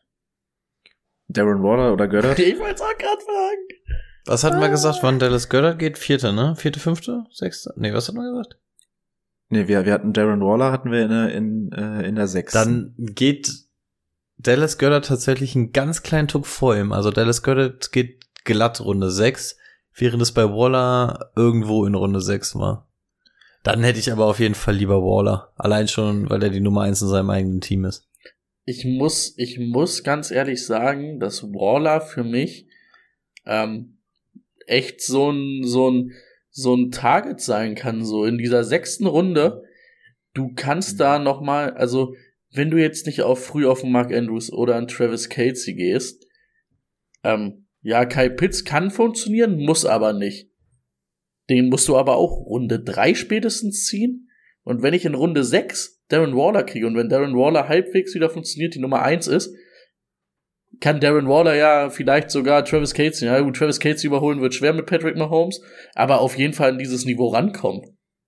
Darren Waller oder Goddard? Ich wollte es auch gerade fragen. Was hatten wir gesagt, wann Dallas Goedert geht? Vierte, ne? Vierte, fünfte? Sechste? Nee, was hatten wir gesagt? Nee, wir, wir hatten Darren Waller hatten wir in der, in, äh, in der sechsten. Dann geht Dallas Goedert tatsächlich einen ganz kleinen Tuck vor ihm. Also Dallas Goedert geht glatt Runde sechs, während es bei Waller irgendwo in Runde sechs war. Dann hätte ich aber auf jeden Fall lieber Waller. Allein schon, weil er die Nummer eins in seinem eigenen Team ist. Ich muss, ich muss ganz ehrlich sagen, dass Waller für mich ähm, echt so ein, so ein, so ein Target sein kann, so in dieser sechsten Runde. Du kannst da nochmal, also, wenn du jetzt nicht auf früh auf den Mark Andrews oder an Travis Kelce gehst, ähm, ja, Kyle Pitts kann funktionieren, muss aber nicht. Den musst du aber auch Runde drei spätestens ziehen. Und wenn ich in Runde sechs Darren Waller kriege und wenn Darren Waller halbwegs wieder funktioniert, die Nummer eins ist, kann Darren Waller ja vielleicht sogar Travis Kelce, ja gut, Travis Kelce überholen wird schwer mit Patrick Mahomes, aber auf jeden Fall in dieses Niveau rankommen.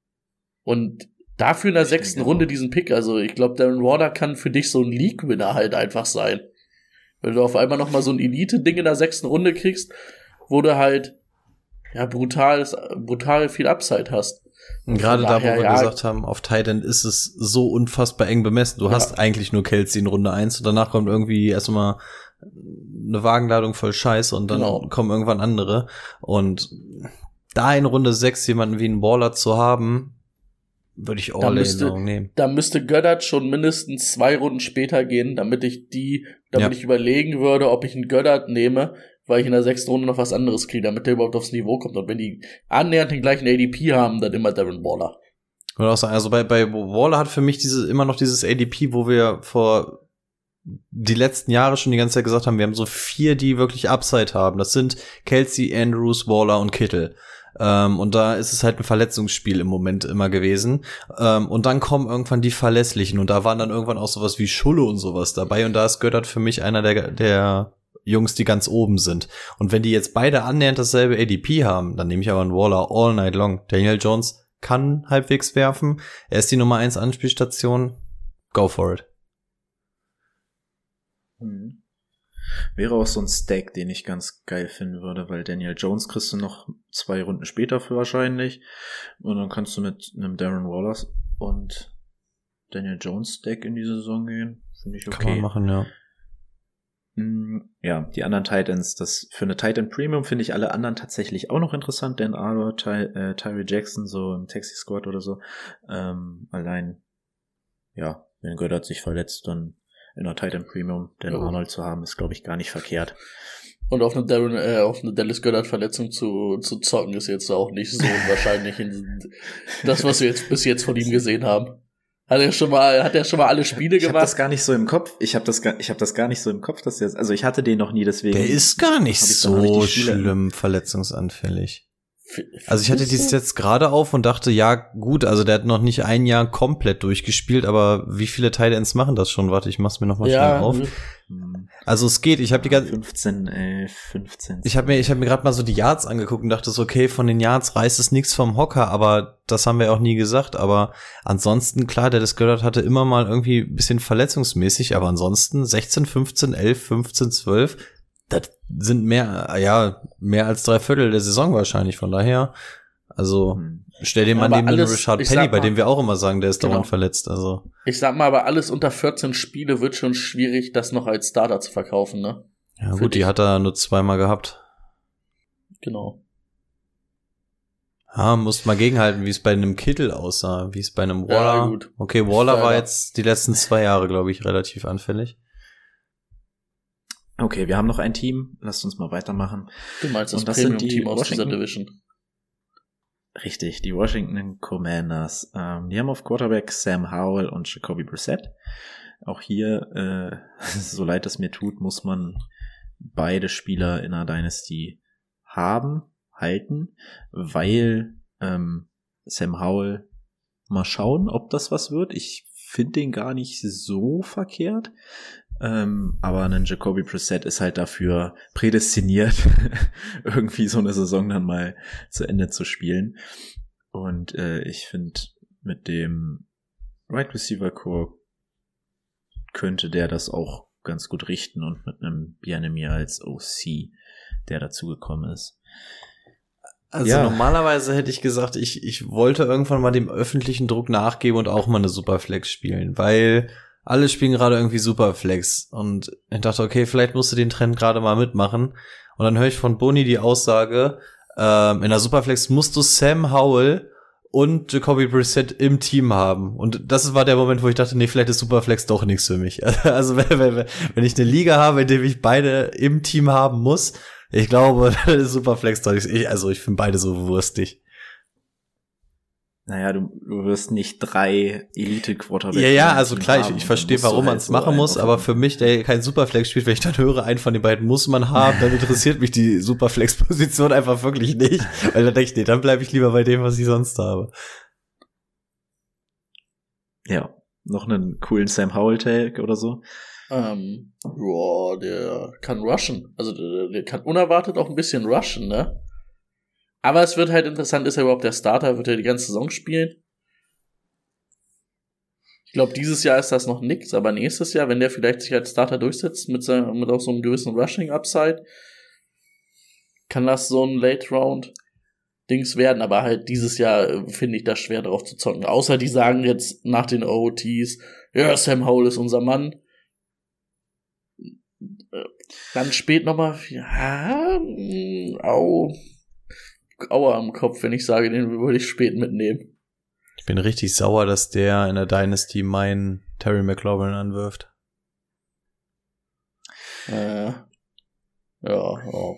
Und dafür in der ich sechsten Runde auch. Diesen Pick, also ich glaube, Darren Waller kann für dich so ein League-Winner halt einfach sein. Wenn du auf einmal nochmal so ein Elite-Ding in der sechsten Runde kriegst, wo du halt ja brutal, brutal viel Upside hast. Und gerade da, wo wir ja, gesagt haben, auf Tight End ist es so unfassbar eng bemessen. Du ja. hast eigentlich nur Kelce in Runde eins und danach kommt irgendwie erstmal eine Wagenladung voll Scheiße und dann genau. kommen irgendwann andere. Und da in Runde sechs jemanden wie einen Waller zu haben, würde ich all in nehmen. Da müsste Goddard schon mindestens zwei Runden später gehen, damit ich die, damit ja. ich überlegen würde, ob ich einen Goddard nehme, weil ich in der sechsten Runde noch was anderes kriege, damit der überhaupt aufs Niveau kommt. Und wenn die annähernd den gleichen A D P haben, dann immer Darren Waller. Ich würde auch sagen, also bei, bei Waller hat für mich diese, immer noch dieses A D P, wo wir vor die letzten Jahre schon die ganze Zeit gesagt haben, wir haben so vier, die wirklich Upside haben. Das sind Kelce, Andrews, Waller und Kittle. Ähm, und da ist es halt ein Verletzungsspiel im Moment immer gewesen. Ähm, und dann kommen irgendwann die Verlässlichen. Und da waren dann irgendwann auch sowas wie Schulle und sowas dabei. Und da ist Goddard für mich einer der, der Jungs, die ganz oben sind. Und wenn die jetzt beide annähernd dasselbe A D P haben, dann nehme ich aber einen Waller all night long. Daniel Jones kann halbwegs werfen. Er ist die Nummer eins Anspielstation. Go for it. Hm. Wäre auch so ein Stack, den ich ganz geil finden würde, weil Daniel Jones kriegst du noch zwei Runden später für wahrscheinlich. Und dann kannst du mit einem Darren Waller und Daniel Jones Stack in die Saison gehen. Finde ich okay. Kann man machen, ja. Ja, die anderen Titans, das für eine Titan Premium finde ich alle anderen tatsächlich auch noch interessant, Dan Arthur, Ty, äh, Tyree Jackson, so im Taxi Squad oder so. Ähm, allein, ja, wenn Goddard sich verletzt, dann in einer Titan Premium Dan oh. Arnold zu haben, ist, glaube ich, gar nicht verkehrt. Und auf eine, Darren, äh, auf eine Dallas Goedert-Verletzung zu, zu zocken, ist jetzt auch nicht so unwahrscheinlich. In das, was wir jetzt bis jetzt von ihm gesehen haben. Hat er schon mal, hat er schon mal alle Spiele ich gemacht? Ich habe das gar nicht so im Kopf. Ich habe das, gar, ich habe das gar nicht so im Kopf, dass der, also ich hatte den noch nie, deswegen. Der ist gar nicht so schlimm verletzungsanfällig. Also ich hatte dies jetzt gerade auf und dachte, ja gut, also der hat noch nicht ein Jahr komplett durchgespielt, aber wie viele Tight Ends machen das schon? Warte, ich mach's mir noch mal ja, schnell auf. Also es geht, ich habe die ganze fünfzehn, elf, fünfzehn. Ich habe mir ich habe mir gerade mal so die Yards angeguckt und dachte so, okay, von den Yards reißt es nichts vom Hocker, aber das haben wir auch nie gesagt, aber ansonsten klar, der das gehört hatte immer mal irgendwie ein bisschen verletzungsmäßig, aber ansonsten sechzehn, fünfzehn, elf, fünfzehn, zwölf, das sind mehr, ja, mehr als drei Viertel der Saison wahrscheinlich, von daher, also stell dir mal neben den Richard Penny, bei dem wir auch immer sagen, der ist genau. dauernd verletzt, also. Ich sag mal, aber alles unter vierzehn Spiele wird schon schwierig, das noch als Starter zu verkaufen, ne? Ja Für gut, dich. Die hat er nur zweimal gehabt. Genau. Ja, musst mal gegenhalten, wie es bei einem Kittel aussah, wie es bei einem Waller. Ja, gut. Okay, Waller war jetzt die letzten zwei Jahre, glaube ich, relativ anfällig. Okay, wir haben noch ein Team. Lasst uns mal weitermachen. Du meinst das, das Premium-Team aus dieser Division. Richtig, die Washington Commanders. Ähm, die haben auf Quarterback Sam Howell und Jacoby Brissett. Auch hier, äh, so leid es mir tut, muss man beide Spieler in einer Dynasty haben, halten, weil ähm, Sam Howell, mal schauen, ob das was wird. Ich finde den gar nicht so verkehrt. Ähm, aber ein Jacoby Brissett ist halt dafür prädestiniert, irgendwie so eine Saison dann mal zu Ende zu spielen. Und äh, ich finde, mit dem Right Receiver Core könnte der das auch ganz gut richten und mit einem Bieniemy als O C, der dazugekommen ist. Also ja. Normalerweise hätte ich gesagt, ich ich wollte irgendwann mal dem öffentlichen Druck nachgeben und auch mal eine Superflex spielen, weil alle spielen gerade irgendwie Superflex und ich dachte, okay, vielleicht musst du den Trend gerade mal mitmachen. Und dann höre ich von Boni die Aussage, ähm, in der Superflex musst du Sam Howell und Jacoby Brissett im Team haben. Und das war der Moment, wo ich dachte, nee, vielleicht ist Superflex doch nichts für mich. Also wenn, wenn, wenn ich eine Liga habe, in der ich beide im Team haben muss, ich glaube, das ist Superflex doch nichts. Ich, also ich finde beide so wurstig. Naja, du, du wirst nicht drei Elite-Quarterbacks. Ja, ja, also klar, ich, ich verstehe, warum man es machen muss, aber für mich, der kein Superflex spielt, wenn ich dann höre, einen von den beiden muss man haben, dann interessiert mich die Superflex-Position einfach wirklich nicht, weil dann denke ich, nee, dann bleibe ich lieber bei dem, was ich sonst habe. Ja, noch einen coolen Sam Howell-Tag oder so. Ähm, boah, der kann rushen. Also der, der kann unerwartet auch ein bisschen rushen, ne? Aber es wird halt interessant, ist er überhaupt der Starter? Wird er die ganze Saison spielen? Ich glaube, dieses Jahr ist das noch nix, aber nächstes Jahr, wenn der vielleicht sich als Starter durchsetzt, mit, seinem, mit auch so einem gewissen Rushing-Upside, kann das so ein Late-Round-Dings werden. Aber halt dieses Jahr äh, finde ich das schwer drauf zu zocken. Außer die sagen jetzt nach den O O Ts, ja, Sam Howell ist unser Mann. Dann spät nochmal, ja, au, Aua am Kopf, wenn ich sage, den würde ich spät mitnehmen. Ich bin richtig sauer, dass der in der Dynasty meinen Terry McLaurin anwirft. Äh, ja, ja.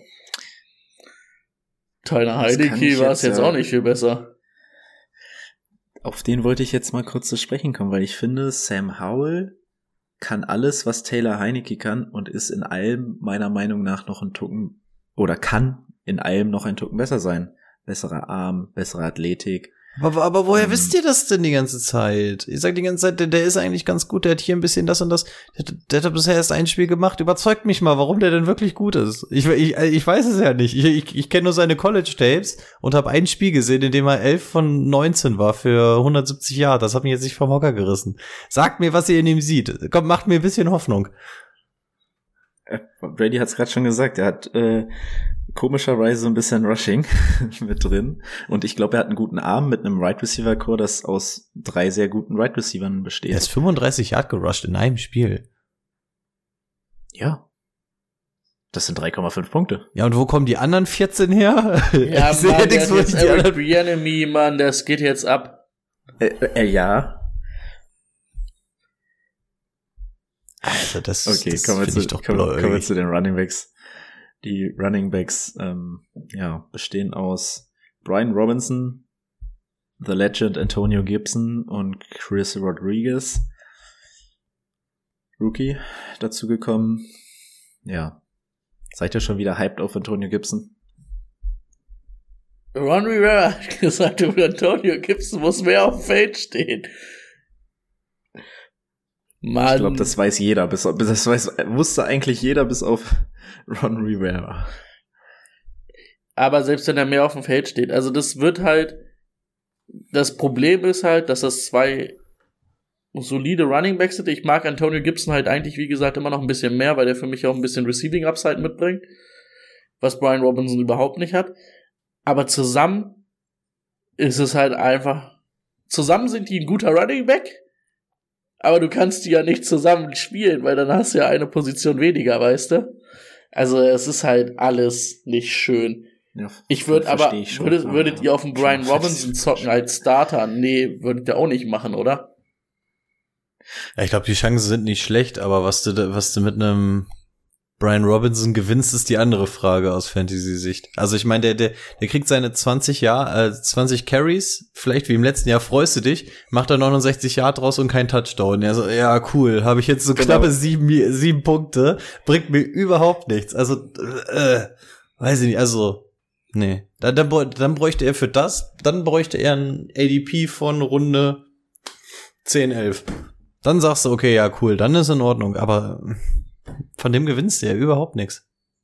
Tyler Heineke war es jetzt, jetzt auch nicht viel besser. Auf den wollte ich jetzt mal kurz zu sprechen kommen, weil ich finde, Sam Howell kann alles, was Taylor Heineke kann und ist in allem meiner Meinung nach noch ein Tucken oder kann in allem noch ein Tucken besser sein. Besserer Arm, bessere Athletik. Aber, aber woher ähm, wisst ihr das denn die ganze Zeit? Ich sag die ganze Zeit, der, der ist eigentlich ganz gut, der hat hier ein bisschen das und das. Der, der hat bisher erst ein Spiel gemacht. Überzeugt mich mal, warum der denn wirklich gut ist. Ich, ich, ich weiß es ja nicht. Ich, ich, ich kenne nur seine College-Tapes und habe ein Spiel gesehen, in dem er elf von neunzehn war für hundertsiebzig Yard. Das hat mich jetzt nicht vom Hocker gerissen. Sagt mir, was ihr in ihm seht. Komm, macht mir ein bisschen Hoffnung. Brady hat es gerade schon gesagt, er hat äh, komischerweise so ein bisschen Rushing mit drin und ich glaube, er hat einen guten Arm mit einem Right Receiver Core, das aus drei sehr guten Right Receivern besteht. Er ist fünfunddreißig Yard gerusht in einem Spiel. Ja. Das sind drei Komma fünf Punkte. Ja, und wo kommen die anderen vierzehn her? Ja, ich Mann, nichts, der hat jetzt Eric Bieniemy, Mann, das geht jetzt ab. Äh, äh, ja. Also das, okay, das kommen wir, zu, ich doch kommen, kommen wir zu den Running Backs. Die Running Backs ähm, ja, bestehen aus Brian Robinson, The Legend Antonio Gibson und Chris Rodriguez. Rookie dazugekommen. Ja. Seid ihr schon wieder hyped auf Antonio Gibson? Ron Rivera hat gesagt, Antonio Gibson muss mehr auf dem Feld stehen. Mann. Ich glaube, das weiß jeder, bis, das weiß, wusste eigentlich jeder bis auf Ron Rivera. Aber selbst wenn er mehr auf dem Feld steht, also das wird halt, das Problem ist halt, dass das zwei solide Running Backs sind. Ich mag Antonio Gibson halt eigentlich, wie gesagt, immer noch ein bisschen mehr, weil der für mich auch ein bisschen Receiving Upside mitbringt, was Brian Robinson überhaupt nicht hat. Aber zusammen ist es halt einfach, zusammen sind die ein guter Running Back, aber du kannst die ja nicht zusammen spielen, weil dann hast du ja eine Position weniger, weißt du? Also es ist halt alles nicht schön. Ja, ich würde aber, ich würdet, würdet ihr auf den Brian Robinson zocken als Starter? Nee, würdet ihr auch nicht machen, oder? Ja, ich glaube, die Chancen sind nicht schlecht, aber was du, was du mit einem Brian Robinson gewinnst, ist die andere Frage aus Fantasy-Sicht. Also ich meine, der, der, der kriegt seine zwanzig Jahr, äh, zwanzig Carries, vielleicht wie im letzten Jahr, freust du dich, macht er neunundsechzig Yard draus und kein Touchdown. Ja, so, ja, cool, habe ich jetzt so genau. knappe sieben, sieben Punkte, bringt mir überhaupt nichts. Also, äh, weiß ich nicht, also, nee. Dann, dann, dann bräuchte er für das, dann bräuchte er ein A D P von Runde zehn, elf. Dann sagst du, okay, ja, cool, dann ist in Ordnung. Aber von dem gewinnst du ja überhaupt nichts.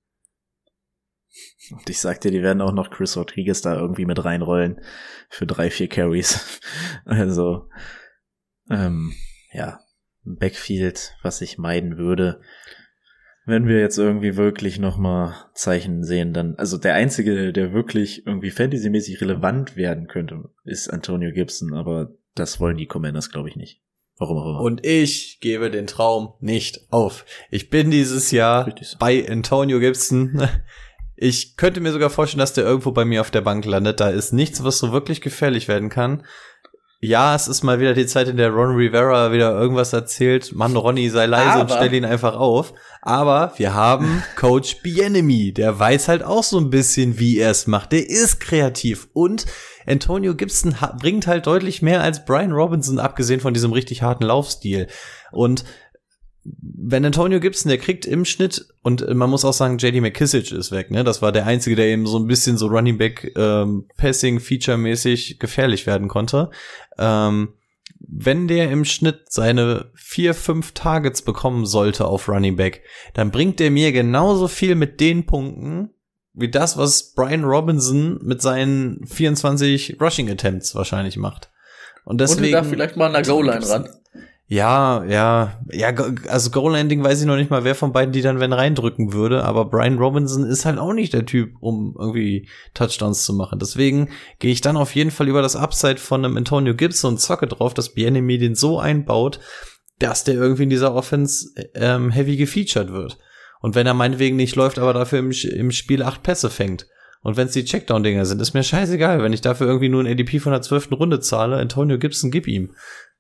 Und ich sag dir, die werden auch noch Chris Rodriguez da irgendwie mit reinrollen für drei, vier Carries. Also, ähm, ja, Backfield, was ich meiden würde. Wenn wir jetzt irgendwie wirklich nochmal Zeichen sehen, dann, also der Einzige, der wirklich irgendwie fantasymäßig relevant werden könnte, ist Antonio Gibson, aber das wollen die Commanders, glaube ich, nicht. Warum auch immer. Und ich gebe den Traum nicht auf. Ich bin dieses Jahr so. bei Antonio Gibson. Ich könnte mir sogar vorstellen, dass der irgendwo bei mir auf der Bank landet. Da ist nichts, was so wirklich gefährlich werden kann. Ja, es ist mal wieder die Zeit, in der Ron Rivera wieder irgendwas erzählt. Mann, Ronny, sei leise Aber. und stell ihn einfach auf. Aber wir haben Coach Bieniemy. Der weiß halt auch so ein bisschen, wie er es macht. Der ist kreativ. Und Antonio Gibson ha- bringt halt deutlich mehr als Brian Robinson, abgesehen von diesem richtig harten Laufstil. Und wenn Antonio Gibson, der kriegt im Schnitt, und man muss auch sagen, J D McKissic ist weg, ne? Das war der Einzige, der eben so ein bisschen so Running Back ähm, Passing Feature-mäßig gefährlich werden konnte. Ähm, wenn der im Schnitt seine vier, fünf Targets bekommen sollte auf Running Back, dann bringt der mir genauso viel mit den Punkten wie das, was Brian Robinson mit seinen vierundzwanzig Rushing Attempts wahrscheinlich macht. Und deswegen. Und da vielleicht mal an der Goal-Line ran. Ja, ja, ja, also Goal-Landing weiß ich noch nicht mal, wer von beiden die dann wenn reindrücken würde, aber Brian Robinson ist halt auch nicht der Typ, um irgendwie Touchdowns zu machen. Deswegen gehe ich dann auf jeden Fall über das Upside von einem Antonio Gibson und zocke drauf, dass Bieniemy den so einbaut, dass der irgendwie in dieser Offense ähm, heavy gefeatured wird. Und wenn er meinetwegen nicht läuft, aber dafür im, im Spiel acht Pässe fängt. Und wenn es die Checkdown-Dinger sind, ist mir scheißegal, wenn ich dafür irgendwie nur ein A D P von der zwölften Runde zahle, Antonio Gibson, gib ihm.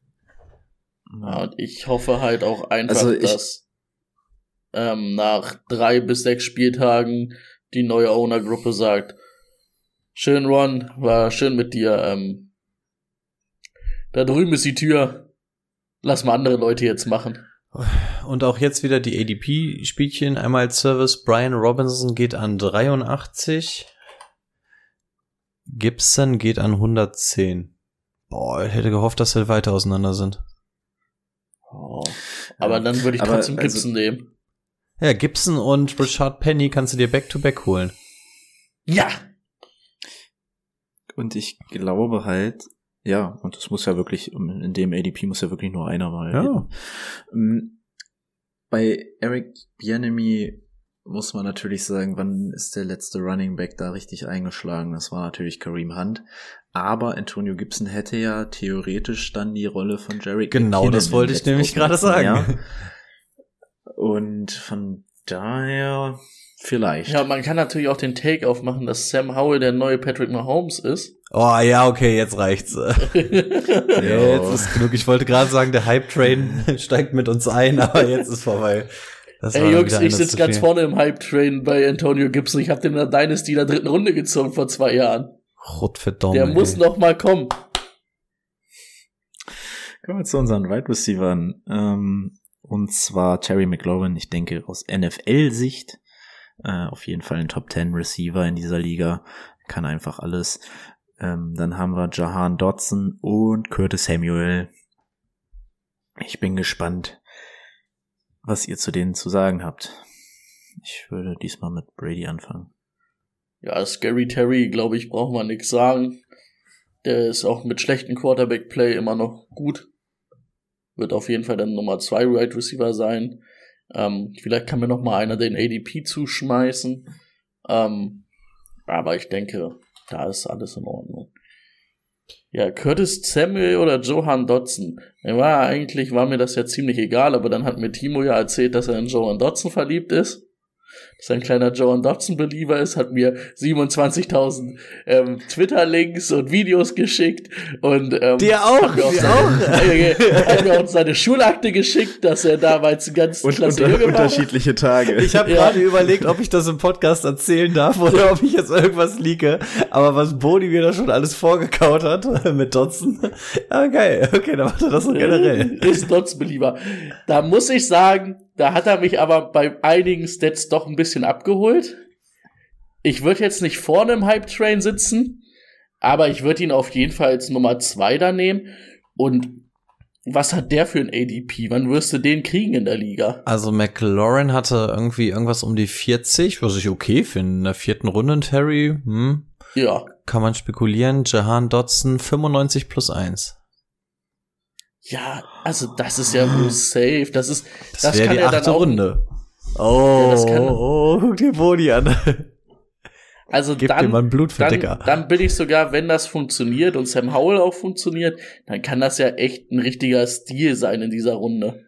Ja, und ich hoffe halt auch einfach, also ich, dass ähm, nach drei bis sechs Spieltagen die neue Owner-Gruppe sagt, schön Ron, war schön mit dir, ähm, da drüben ist die Tür, lass mal andere Leute jetzt machen. Und auch jetzt wieder die A D P-Spielchen, einmal als Service, Brian Robinson geht an dreiundachtzig, Gibson geht an hundertzehn. Boah, ich hätte gehofft, dass wir weiter auseinander sind. Oh, aber dann würde ich aber, trotzdem Gibson also, nehmen. Ja, Gibson und Rashard Penny kannst du dir back-to-back holen. Ja! Und ich glaube halt, ja, und das muss ja wirklich, in dem A D P muss ja wirklich nur einer mal. Ja. Hin. Bei Eric Bieniemy muss man natürlich sagen, wann ist der letzte Running Back da richtig eingeschlagen? Das war natürlich Kareem Hunt. Aber Antonio Gibson hätte ja theoretisch dann die Rolle von Jerry Genau, McKinnon das wollte ich nämlich gerade sagen. Ja. Und von daher vielleicht. Ja, man kann natürlich auch den Take aufmachen, dass Sam Howell der neue Patrick Mahomes ist. Oh ja, okay, jetzt reicht's. Ja, jetzt ist genug. Ich wollte gerade sagen, der Hype-Train steigt mit uns ein, aber jetzt ist vorbei. Das Ey Jungs, ich sitze ganz vorne im Hype-Train bei Antonio Gibson. Ich habe den in der Dynasty in der dritten Runde gezogen vor zwei Jahren. Rotverdammt. Der muss noch mal kommen. Kommen wir zu unseren Wide Receivern. Ähm, und zwar Terry McLaurin, ich denke aus N F L-Sicht. Äh, auf jeden Fall ein Top Ten Receiver in dieser Liga. Kann einfach alles. Ähm, dann haben wir Jahan Dotson und Curtis Samuel. Ich bin gespannt, was ihr zu denen zu sagen habt. Ich würde diesmal mit Brady anfangen. Ja, Scary Terry, glaube ich, brauchen wir nichts sagen. Der ist auch mit schlechtem Quarterback-Play immer noch gut. Wird auf jeden Fall dann Nummer zwei Wide Receiver sein. Ähm, vielleicht kann mir noch mal einer den A D P zuschmeißen. Ähm, aber ich denke, da ist alles in Ordnung. Ja, Curtis Samuel oder Jahan Dotson. Ja, war eigentlich war mir das ja ziemlich egal, aber dann hat mir Timo ja erzählt, dass er in Jahan Dotson verliebt ist. Dass er ein kleiner Jahan Dotson-Believer ist, hat mir siebenundzwanzigtausend ähm, Twitter-Links und Videos geschickt und ähm, dir auch, hat mir auch, dir seine, auch. hat mir auch seine Schulakte geschickt, dass er damals ganz und klasse unter, Junge war. unterschiedliche Tage. Ich habe Ja. gerade überlegt, ob ich das im Podcast erzählen darf oder ob ich jetzt irgendwas leake. Aber was Bodi mir da schon alles vorgekaut hat mit Dotson. Ah, geil. Okay, dann macht er das so generell. Ist Dotson-Belieber. Da muss ich sagen, da hat er mich aber bei einigen Stats doch ein bisschen abgeholt. Ich würde jetzt nicht vorne im Hype-Train sitzen, aber ich würde ihn auf jeden Fall als Nummer zwei da nehmen. Und was hat der für ein A D P? Wann wirst du den kriegen in der Liga? Also McLaurin hatte irgendwie irgendwas um die vierzig, was ich okay finde. In der vierten Runde in Terry, hm, Ja. kann man spekulieren. Jahan Dotson fünfundneunzig plus eins. Ja, also das ist ja wohl safe. Das ist, Das, das wäre kann die ja achte dann auch. Runde. Oh, Ja, das kann- oh, guck dir Boni an. Also Gib dann, dir mal einen Blutverdecker. dann, dann bin ich sogar, wenn das funktioniert und Sam Howell auch funktioniert, dann kann das ja echt ein richtiger Stil sein in dieser Runde.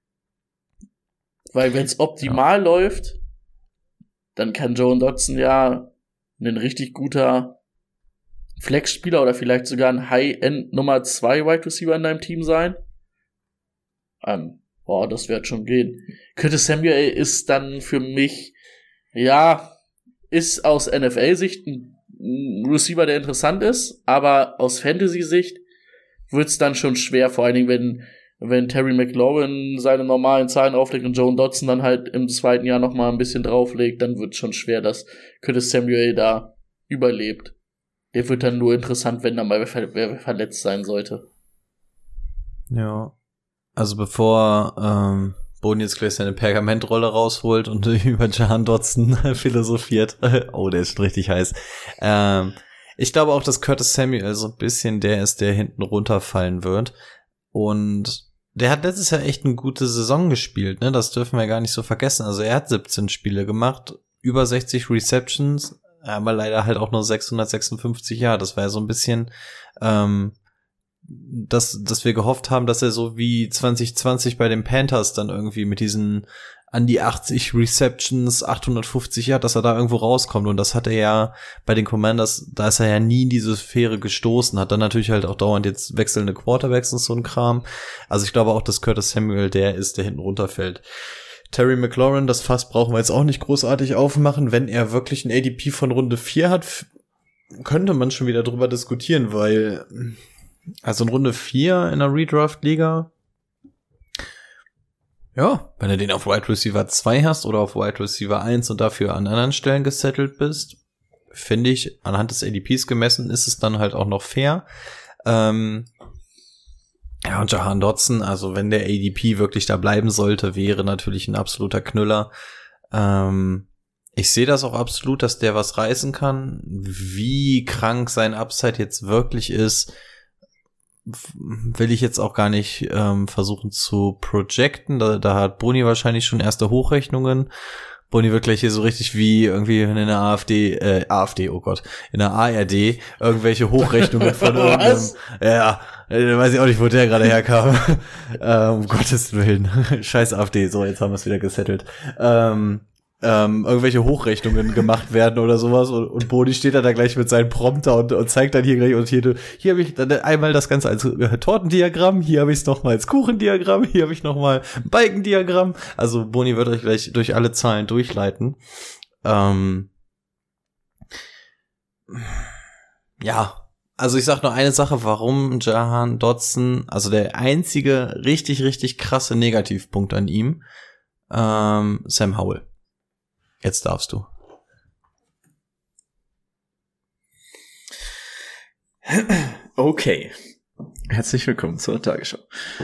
Weil wenn es optimal läuft, dann kann Joan Dotson ja ein richtig guter Flex-Spieler oder vielleicht sogar ein High-End Nummer zwei Wide Receiver in deinem Team sein. Ähm, boah, das wird schon gehen. Curtis Samuel ist dann für mich, ja, ist aus N F L-Sicht ein Receiver, der interessant ist, aber aus Fantasy-Sicht wird's dann schon schwer, vor allen Dingen, wenn, wenn Terry McLaurin seine normalen Zahlen auflegt und Joan Dotson dann halt im zweiten Jahr noch mal ein bisschen drauflegt, dann wird's schon schwer, dass Curtis Samuel da überlebt. Der wird dann nur interessant, wenn dann mal wer, wer verletzt sein sollte. Ja. Also bevor ähm, Boni jetzt gleich seine Pergamentrolle rausholt und über Jahan Dotson philosophiert. Oh, der ist schon richtig heiß. Ähm, ich glaube auch, dass Curtis Samuel so ein bisschen der ist, der hinten runterfallen wird. Und der hat letztes Jahr echt eine gute Saison gespielt, ne? Das dürfen wir gar nicht so vergessen. Also er hat siebzehn Spiele gemacht, über sechzig Receptions, aber leider halt auch nur sechshundertsechsundfünfzig Yards. Das war ja so ein bisschen ähm, dass, dass wir gehofft haben, dass er so wie zwanzig zwanzig bei den Panthers dann irgendwie mit diesen an die achtzig Receptions, achthundertfünfzig Yards, dass er da irgendwo rauskommt. Und das hat er ja bei den Commanders, da ist er ja nie in diese Sphäre gestoßen, hat dann natürlich halt auch dauernd jetzt wechselnde Quarterbacks und so ein Kram. Also ich glaube auch, dass Curtis Samuel der ist, der hinten runterfällt. Terry McLaurin, das Fass brauchen wir jetzt auch nicht großartig aufmachen. Wenn er wirklich ein A D P von Runde vier hat, könnte man schon wieder drüber diskutieren, weil also in Runde vier in einer Redraft-Liga, ja, wenn du den auf Wide Receiver zwei hast oder auf Wide Receiver eins und dafür an anderen Stellen gesettelt bist, finde ich, anhand des A D Ps gemessen, ist es dann halt auch noch fair. Ähm, ja, und Jahan Dotson, also wenn der A D P wirklich da bleiben sollte, wäre natürlich ein absoluter Knüller. Ähm, ich sehe das auch absolut, dass der was reißen kann. Wie krank sein Upside jetzt wirklich ist, will ich jetzt auch gar nicht ähm, versuchen zu projecten. Da, da hat Boni wahrscheinlich schon erste Hochrechnungen. Boni wird gleich hier so richtig wie irgendwie in der AfD, äh, AfD, oh Gott, in der A R D irgendwelche Hochrechnungen von irgendeinem, ja, äh, weiß ich auch nicht, wo der gerade herkam. ähm, um Gottes Willen. Scheiß AfD, so, jetzt haben wir es wieder gesettelt. Ähm, ähm, irgendwelche Hochrechnungen gemacht werden oder sowas und, und Boni steht da, da gleich mit seinem Prompter und, und zeigt dann hier gleich und hier, hier habe ich dann einmal das Ganze als äh, Tortendiagramm, hier habe ich es nochmal als Kuchendiagramm, hier habe ich nochmal ein Balkendiagramm. Also Boni wird euch gleich durch alle Zahlen durchleiten. Ähm, ja, also ich sag nur eine Sache, warum Jahan Dotson, also der einzige richtig, richtig krasse Negativpunkt an ihm, ähm, Sam Howell. Jetzt darfst du. Okay. Herzlich willkommen zur Tagesschau.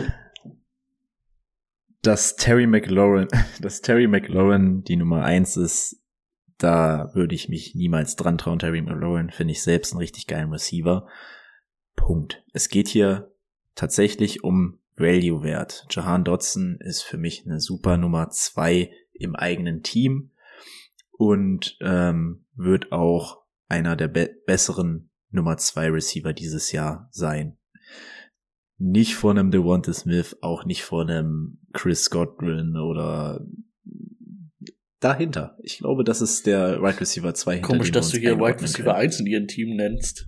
Dass Terry McLaurin, dass Terry McLaurin die Nummer eins ist, da würde ich mich niemals dran trauen. Terry McLaurin finde ich selbst einen richtig geilen Receiver. Punkt. Es geht hier tatsächlich um Value-Wert. Jahan Dotson ist für mich eine super Nummer zwei im eigenen Team. Und ähm, wird auch einer der be- besseren Nummer zwei Receiver dieses Jahr sein. Nicht vor einem Devonta Smith, auch nicht vor einem Chris Godwin oder dahinter. Ich glaube, das ist der Wide Receiver zwei hinter Komisch, dem dass wir du uns hier Wide einordnen Receiver können. eins in ihrem Team nennst.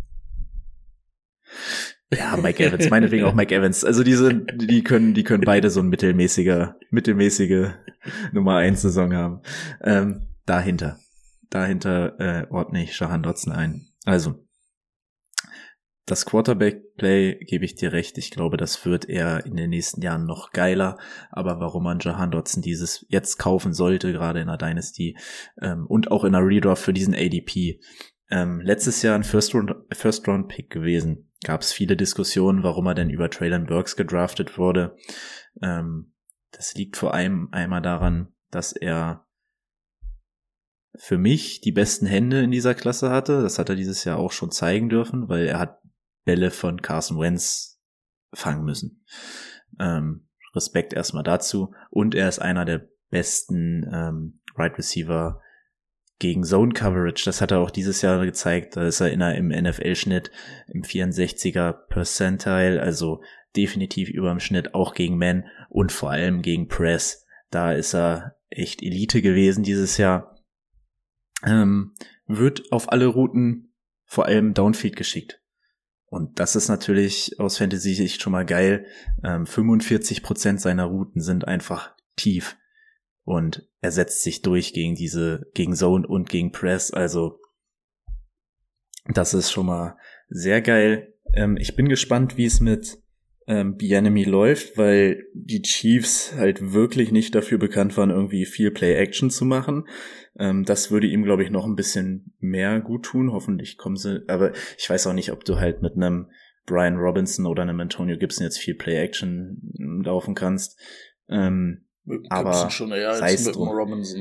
Ja, Mike Evans, meinetwegen auch Mike Evans. Also diese, die können, die können beide so ein mittelmäßiger, mittelmäßige Nummer eins Saison haben. Ähm, dahinter. Dahinter äh, ordne ich Jahan Dotson ein. Also, das Quarterback-Play, gebe ich dir recht, ich glaube, das wird eher in den nächsten Jahren noch geiler, aber warum man Jahan Dotson dieses jetzt kaufen sollte, gerade in der Dynasty ähm, und auch in der Redraft für diesen A D P. Ähm, letztes Jahr ein First-Round, First-Round-Pick gewesen, gab es viele Diskussionen, warum er denn über Treylon Burks gedraftet wurde. Ähm, das liegt vor allem einmal daran, dass er für mich die besten Hände in dieser Klasse hatte. Das hat er dieses Jahr auch schon zeigen dürfen, weil er hat Bälle von Carson Wentz fangen müssen. Ähm, Respekt erstmal dazu. Und er ist einer der besten ähm, Right Receiver gegen Zone Coverage. Das hat er auch dieses Jahr gezeigt. Da ist er in einer, im N F L-Schnitt im vierundsechziger Percentile, also definitiv über dem Schnitt, auch gegen Man und vor allem gegen Press. Da ist er echt Elite gewesen dieses Jahr. Ähm, wird auf alle Routen vor allem Downfield geschickt. Und das ist natürlich aus Fantasy-Sicht schon mal geil. Ähm, fünfundvierzig Prozent seiner Routen sind einfach tief. Und er setzt sich durch gegen diese, gegen Zone und gegen Press. Also, das ist schon mal sehr geil. Ähm, ich bin gespannt, wie es mit ähm, Bieniemy läuft, weil die Chiefs halt wirklich nicht dafür bekannt waren, irgendwie viel Play-Action zu machen. Ähm, das würde ihm, glaube ich, noch ein bisschen mehr gut tun. Hoffentlich kommen sie, aber ich weiß auch nicht, ob du halt mit einem Brian Robinson oder einem Antonio Gibson jetzt viel Play-Action laufen kannst. Ähm, Mit aber Gibson schon eher als mit Robinson.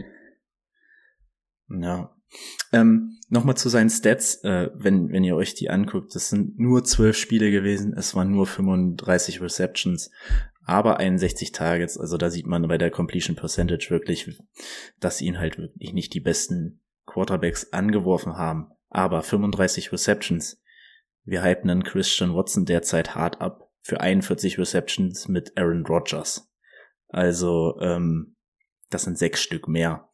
Ja. Ähm, Nochmal zu seinen Stats, äh, wenn wenn ihr euch die anguckt, das sind nur zwölf Spiele gewesen, es waren nur fünfunddreißig Receptions, aber einundsechzig Targets, also da sieht man bei der Completion Percentage wirklich, dass ihn halt wirklich nicht die besten Quarterbacks angeworfen haben, aber fünfunddreißig Receptions. Wir hypen einen Christian Watson derzeit hart ab für einundvierzig Receptions mit Aaron Rodgers. Also, ähm, das sind sechs Stück mehr.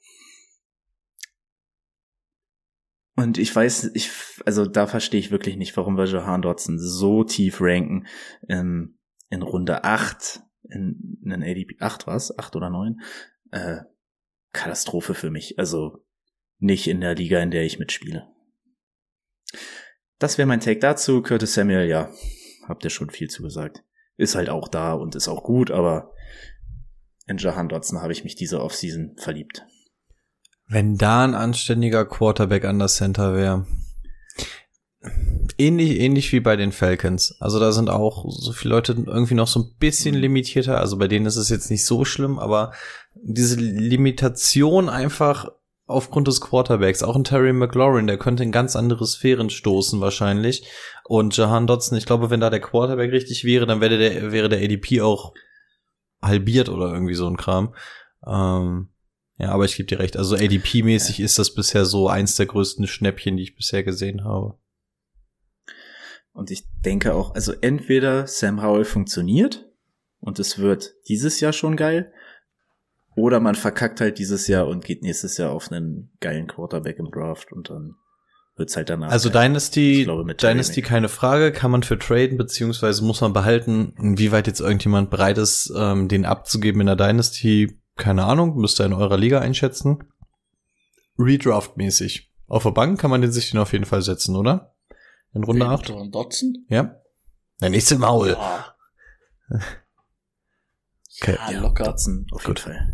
Und ich weiß, ich, also da verstehe ich wirklich nicht, warum wir Jahan Dotson so tief ranken. In, in Runde acht, in, in A D P, acht was? acht oder neun? Äh, Katastrophe für mich. Also nicht in der Liga, in der ich mitspiele. Das wäre mein Take dazu. Curtis Samuel, ja, habt ihr schon viel zugesagt. Ist halt auch da und ist auch gut, aber in Jahan Dotson habe ich mich diese Offseason verliebt. Wenn da ein anständiger Quarterback an der Center wäre. Ähnlich, ähnlich wie bei den Falcons. Also da sind auch so viele Leute irgendwie noch so ein bisschen limitierter. Also bei denen ist es jetzt nicht so schlimm, aber diese Limitation einfach aufgrund des Quarterbacks. Auch ein Terry McLaurin, der könnte in ganz andere Sphären stoßen wahrscheinlich. Und Jahan Dotson, ich glaube, wenn da der Quarterback richtig wäre, dann wäre der, wäre der A D P auch halbiert oder irgendwie so ein Kram. Ähm, ja, aber ich gebe dir recht. Also A D P-mäßig ja. Ist das bisher so eins der größten Schnäppchen, die ich bisher gesehen habe. Und ich denke auch, also entweder Sam Howell funktioniert und es wird dieses Jahr schon geil, oder man verkackt halt dieses Jahr und geht nächstes Jahr auf einen geilen Quarterback im Draft und dann wird's halt danach. Also geil. Dynasty, Dynasty keine Frage, kann man für traden, beziehungsweise muss man behalten, inwieweit jetzt irgendjemand bereit ist, ähm, den abzugeben in der Dynasty, keine Ahnung, müsst ihr in eurer Liga einschätzen. Redraft-mäßig. Auf der Bank kann man den sich den auf jeden Fall setzen, oder? In Runde acht. Dotson? Ja. Nein, nicht im Maul. Ja. Okay. Ja, locker. Dotson, auf jeden Fall.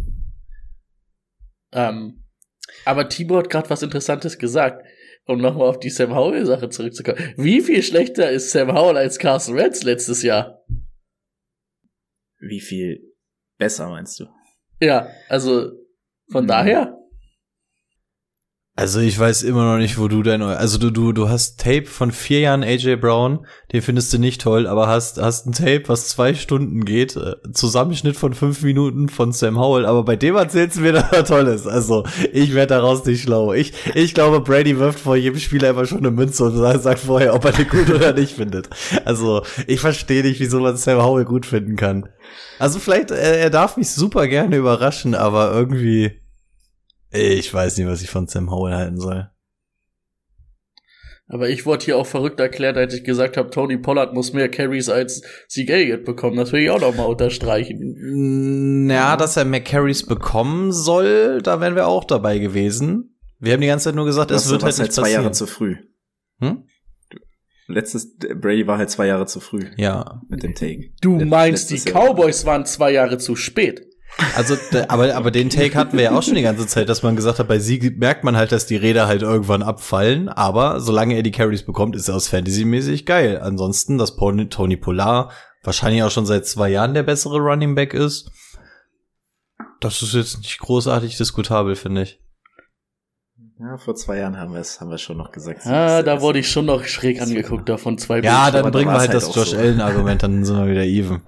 Ähm, aber Timo hat gerade was Interessantes gesagt. Um nochmal auf die Sam Howell-Sache zurückzukommen. Wie viel schlechter ist Sam Howell als Carson Wentz letztes Jahr? Wie viel besser meinst du? Ja, also von mhm. daher. Also ich weiß immer noch nicht, wo du dein, also du du du hast Tape von vier Jahren A J Brown, den findest du nicht toll, aber hast hast ein Tape, was zwei Stunden geht, äh, Zusammenschnitt von fünf Minuten von Sam Howell, aber bei dem erzählst du mir, dass er toll ist. Also ich werde daraus nicht schlau. Ich ich glaube, Brady wirft vor jedem Spieler immer schon eine Münze und sagt, sagt vorher, ob er den gut oder nicht findet. Also ich verstehe nicht, wieso man Sam Howell gut finden kann. Also vielleicht, er, er darf mich super gerne überraschen, aber irgendwie ich weiß nicht, was ich von Sam Howell halten soll. Aber ich wurde hier auch verrückt erklärt, als ich gesagt habe, Tony Pollard muss mehr Carries als Zeke Elliott bekommen. Das will ich auch noch mal unterstreichen. Ja, dass er mehr Carries bekommen soll, da wären wir auch dabei gewesen. Wir haben die ganze Zeit nur gesagt, es wird halt nicht zwei passieren. Jahre zu früh. Hm? Letztes, Brady war halt zwei Jahre zu früh. Ja. Mit dem Take. Du meinst, die Cowboys waren zwei Jahre zu spät? Also, aber, aber den Take hatten wir ja auch schon die ganze Zeit, dass man gesagt hat, bei Sieg merkt man halt, dass die Räder halt irgendwann abfallen, aber solange er die Carries bekommt, ist er aus Fantasy-mäßig geil. Ansonsten, dass Tony Pollard wahrscheinlich auch schon seit zwei Jahren der bessere Running Back ist, das ist jetzt nicht großartig diskutabel, finde ich. Ja, vor zwei Jahren haben wir es, haben wir schon noch gesagt. Ah, da wurde ich schon noch schräg angeguckt, da von zwei Ja, Bildschirmen. dann bringen wir halt halt das auch Josh so. Allen-Argument, dann sind wir wieder even.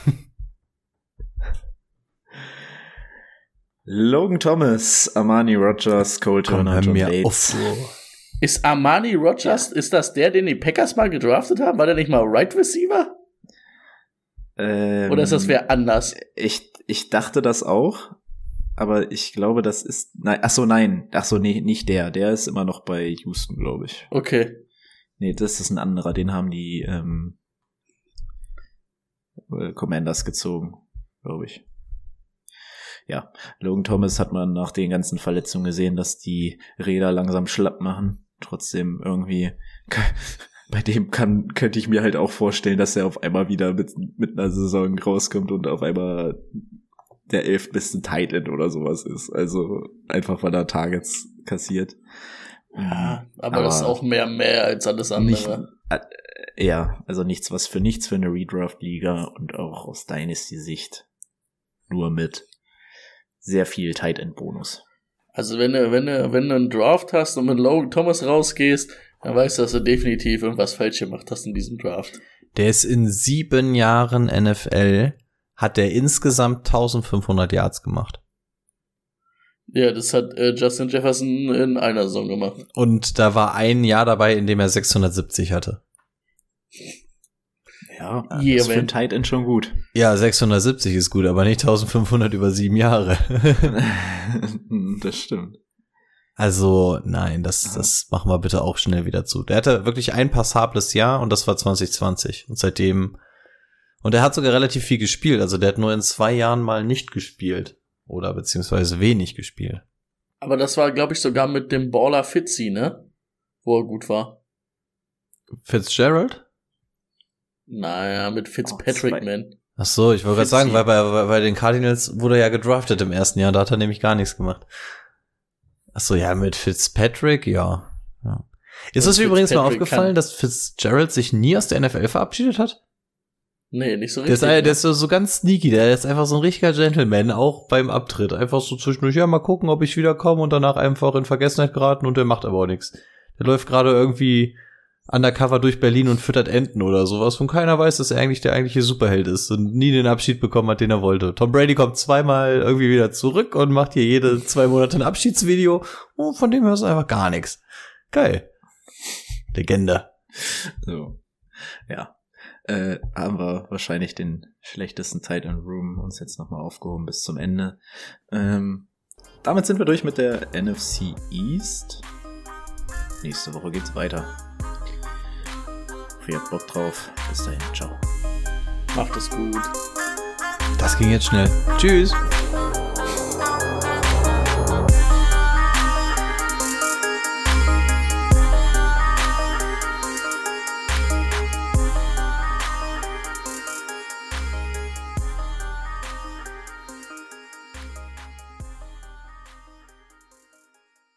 Logan Thomas, Armani Rogers, Cole Komm, Turner, hör John mir Bates. auf. Ist Armani Rogers, ist das der, den die Packers mal gedraftet haben? War der nicht mal Right Receiver? Ähm, Oder ist das wer anders? Ich, ich dachte das auch, aber ich glaube, das ist, nein, ach so, nein, ach so, nee, nicht der, der ist immer noch bei Houston, glaube ich. Okay. Nee, das ist ein anderer, den haben die ähm, Commanders gezogen, glaube ich. Ja, Logan Thomas hat man nach den ganzen Verletzungen gesehen, dass die Räder langsam schlapp machen. Trotzdem irgendwie, bei dem kann, könnte ich mir halt auch vorstellen, dass er auf einmal wieder mit, mit einer Saison rauskommt und auf einmal der elftbeste Tight End oder sowas ist. Also einfach, weil er Targets kassiert. Ja, aber, aber das ist auch mehr mehr als alles andere. Nicht, äh, ja, also nichts, was für nichts für eine Redraft-Liga und auch aus Dynasty-Sicht nur mit sehr viel Tight End Bonus. Also wenn du, wenn du, wenn du einen Draft hast und mit Logan Thomas rausgehst, dann weißt du, dass du definitiv irgendwas falsch gemacht hast in diesem Draft. Der ist in sieben Jahren N F L, hat der insgesamt eintausendfünfhundert Yards gemacht. Ja, das hat äh, Justin Jefferson in einer Saison gemacht. Und da war ein Jahr dabei, in dem er sechshundertsiebzig hatte. Ja, das Yeah, ist für man. ein Tight End schon gut. Ja, sechshundertsiebzig ist gut, aber nicht eintausendfünfhundert über sieben Jahre. Das stimmt. Also, nein, das, das machen wir bitte auch schnell wieder zu. Der hatte wirklich ein passables Jahr und das war zwanzig zwanzig. Und seitdem, und er hat sogar relativ viel gespielt. Also der hat nur in zwei Jahren mal nicht gespielt. Oder beziehungsweise wenig gespielt. Aber das war, glaube ich, sogar mit dem Baller Fitzy, ne? Wo er gut war. Fitzgerald? Naja, mit Fitzpatrick, Oh, zwei. man. Ach so, ich wollte gerade sagen, Fitzy. weil bei, bei den Cardinals wurde er ja gedraftet im ersten Jahr. Da hat er nämlich gar nichts gemacht. Ach so, ja, mit Fitzpatrick, ja. ja. Ist Und es übrigens mal Fitzpatrick aufgefallen, kann- dass Fitzgerald sich nie aus der N F L verabschiedet hat? Nee, nicht so Der ist, richtig. der ist so so ganz sneaky, der ist einfach so ein richtiger Gentleman, auch beim Abtritt. Einfach so zwischendurch, ja, mal gucken, ob ich wiederkomme und danach einfach in Vergessenheit geraten und der macht aber auch nichts. Der läuft gerade irgendwie undercover durch Berlin und füttert Enten oder sowas, und keiner weiß, dass er eigentlich der eigentliche Superheld ist und nie den Abschied bekommen hat, den er wollte. Tom Brady kommt zweimal irgendwie wieder zurück und macht hier jede zwei Monate ein Abschiedsvideo, und von dem hörst du einfach gar nichts. Geil. Legende. So. Ja. Äh, haben wir wahrscheinlich den schlechtesten Tight End Room uns jetzt nochmal aufgehoben bis zum Ende. Ähm, damit sind wir durch mit der N F C East. Nächste Woche geht's weiter. Ihr habt Bock drauf. Bis dahin. Ciao. Macht es gut. Das ging jetzt schnell. Tschüss.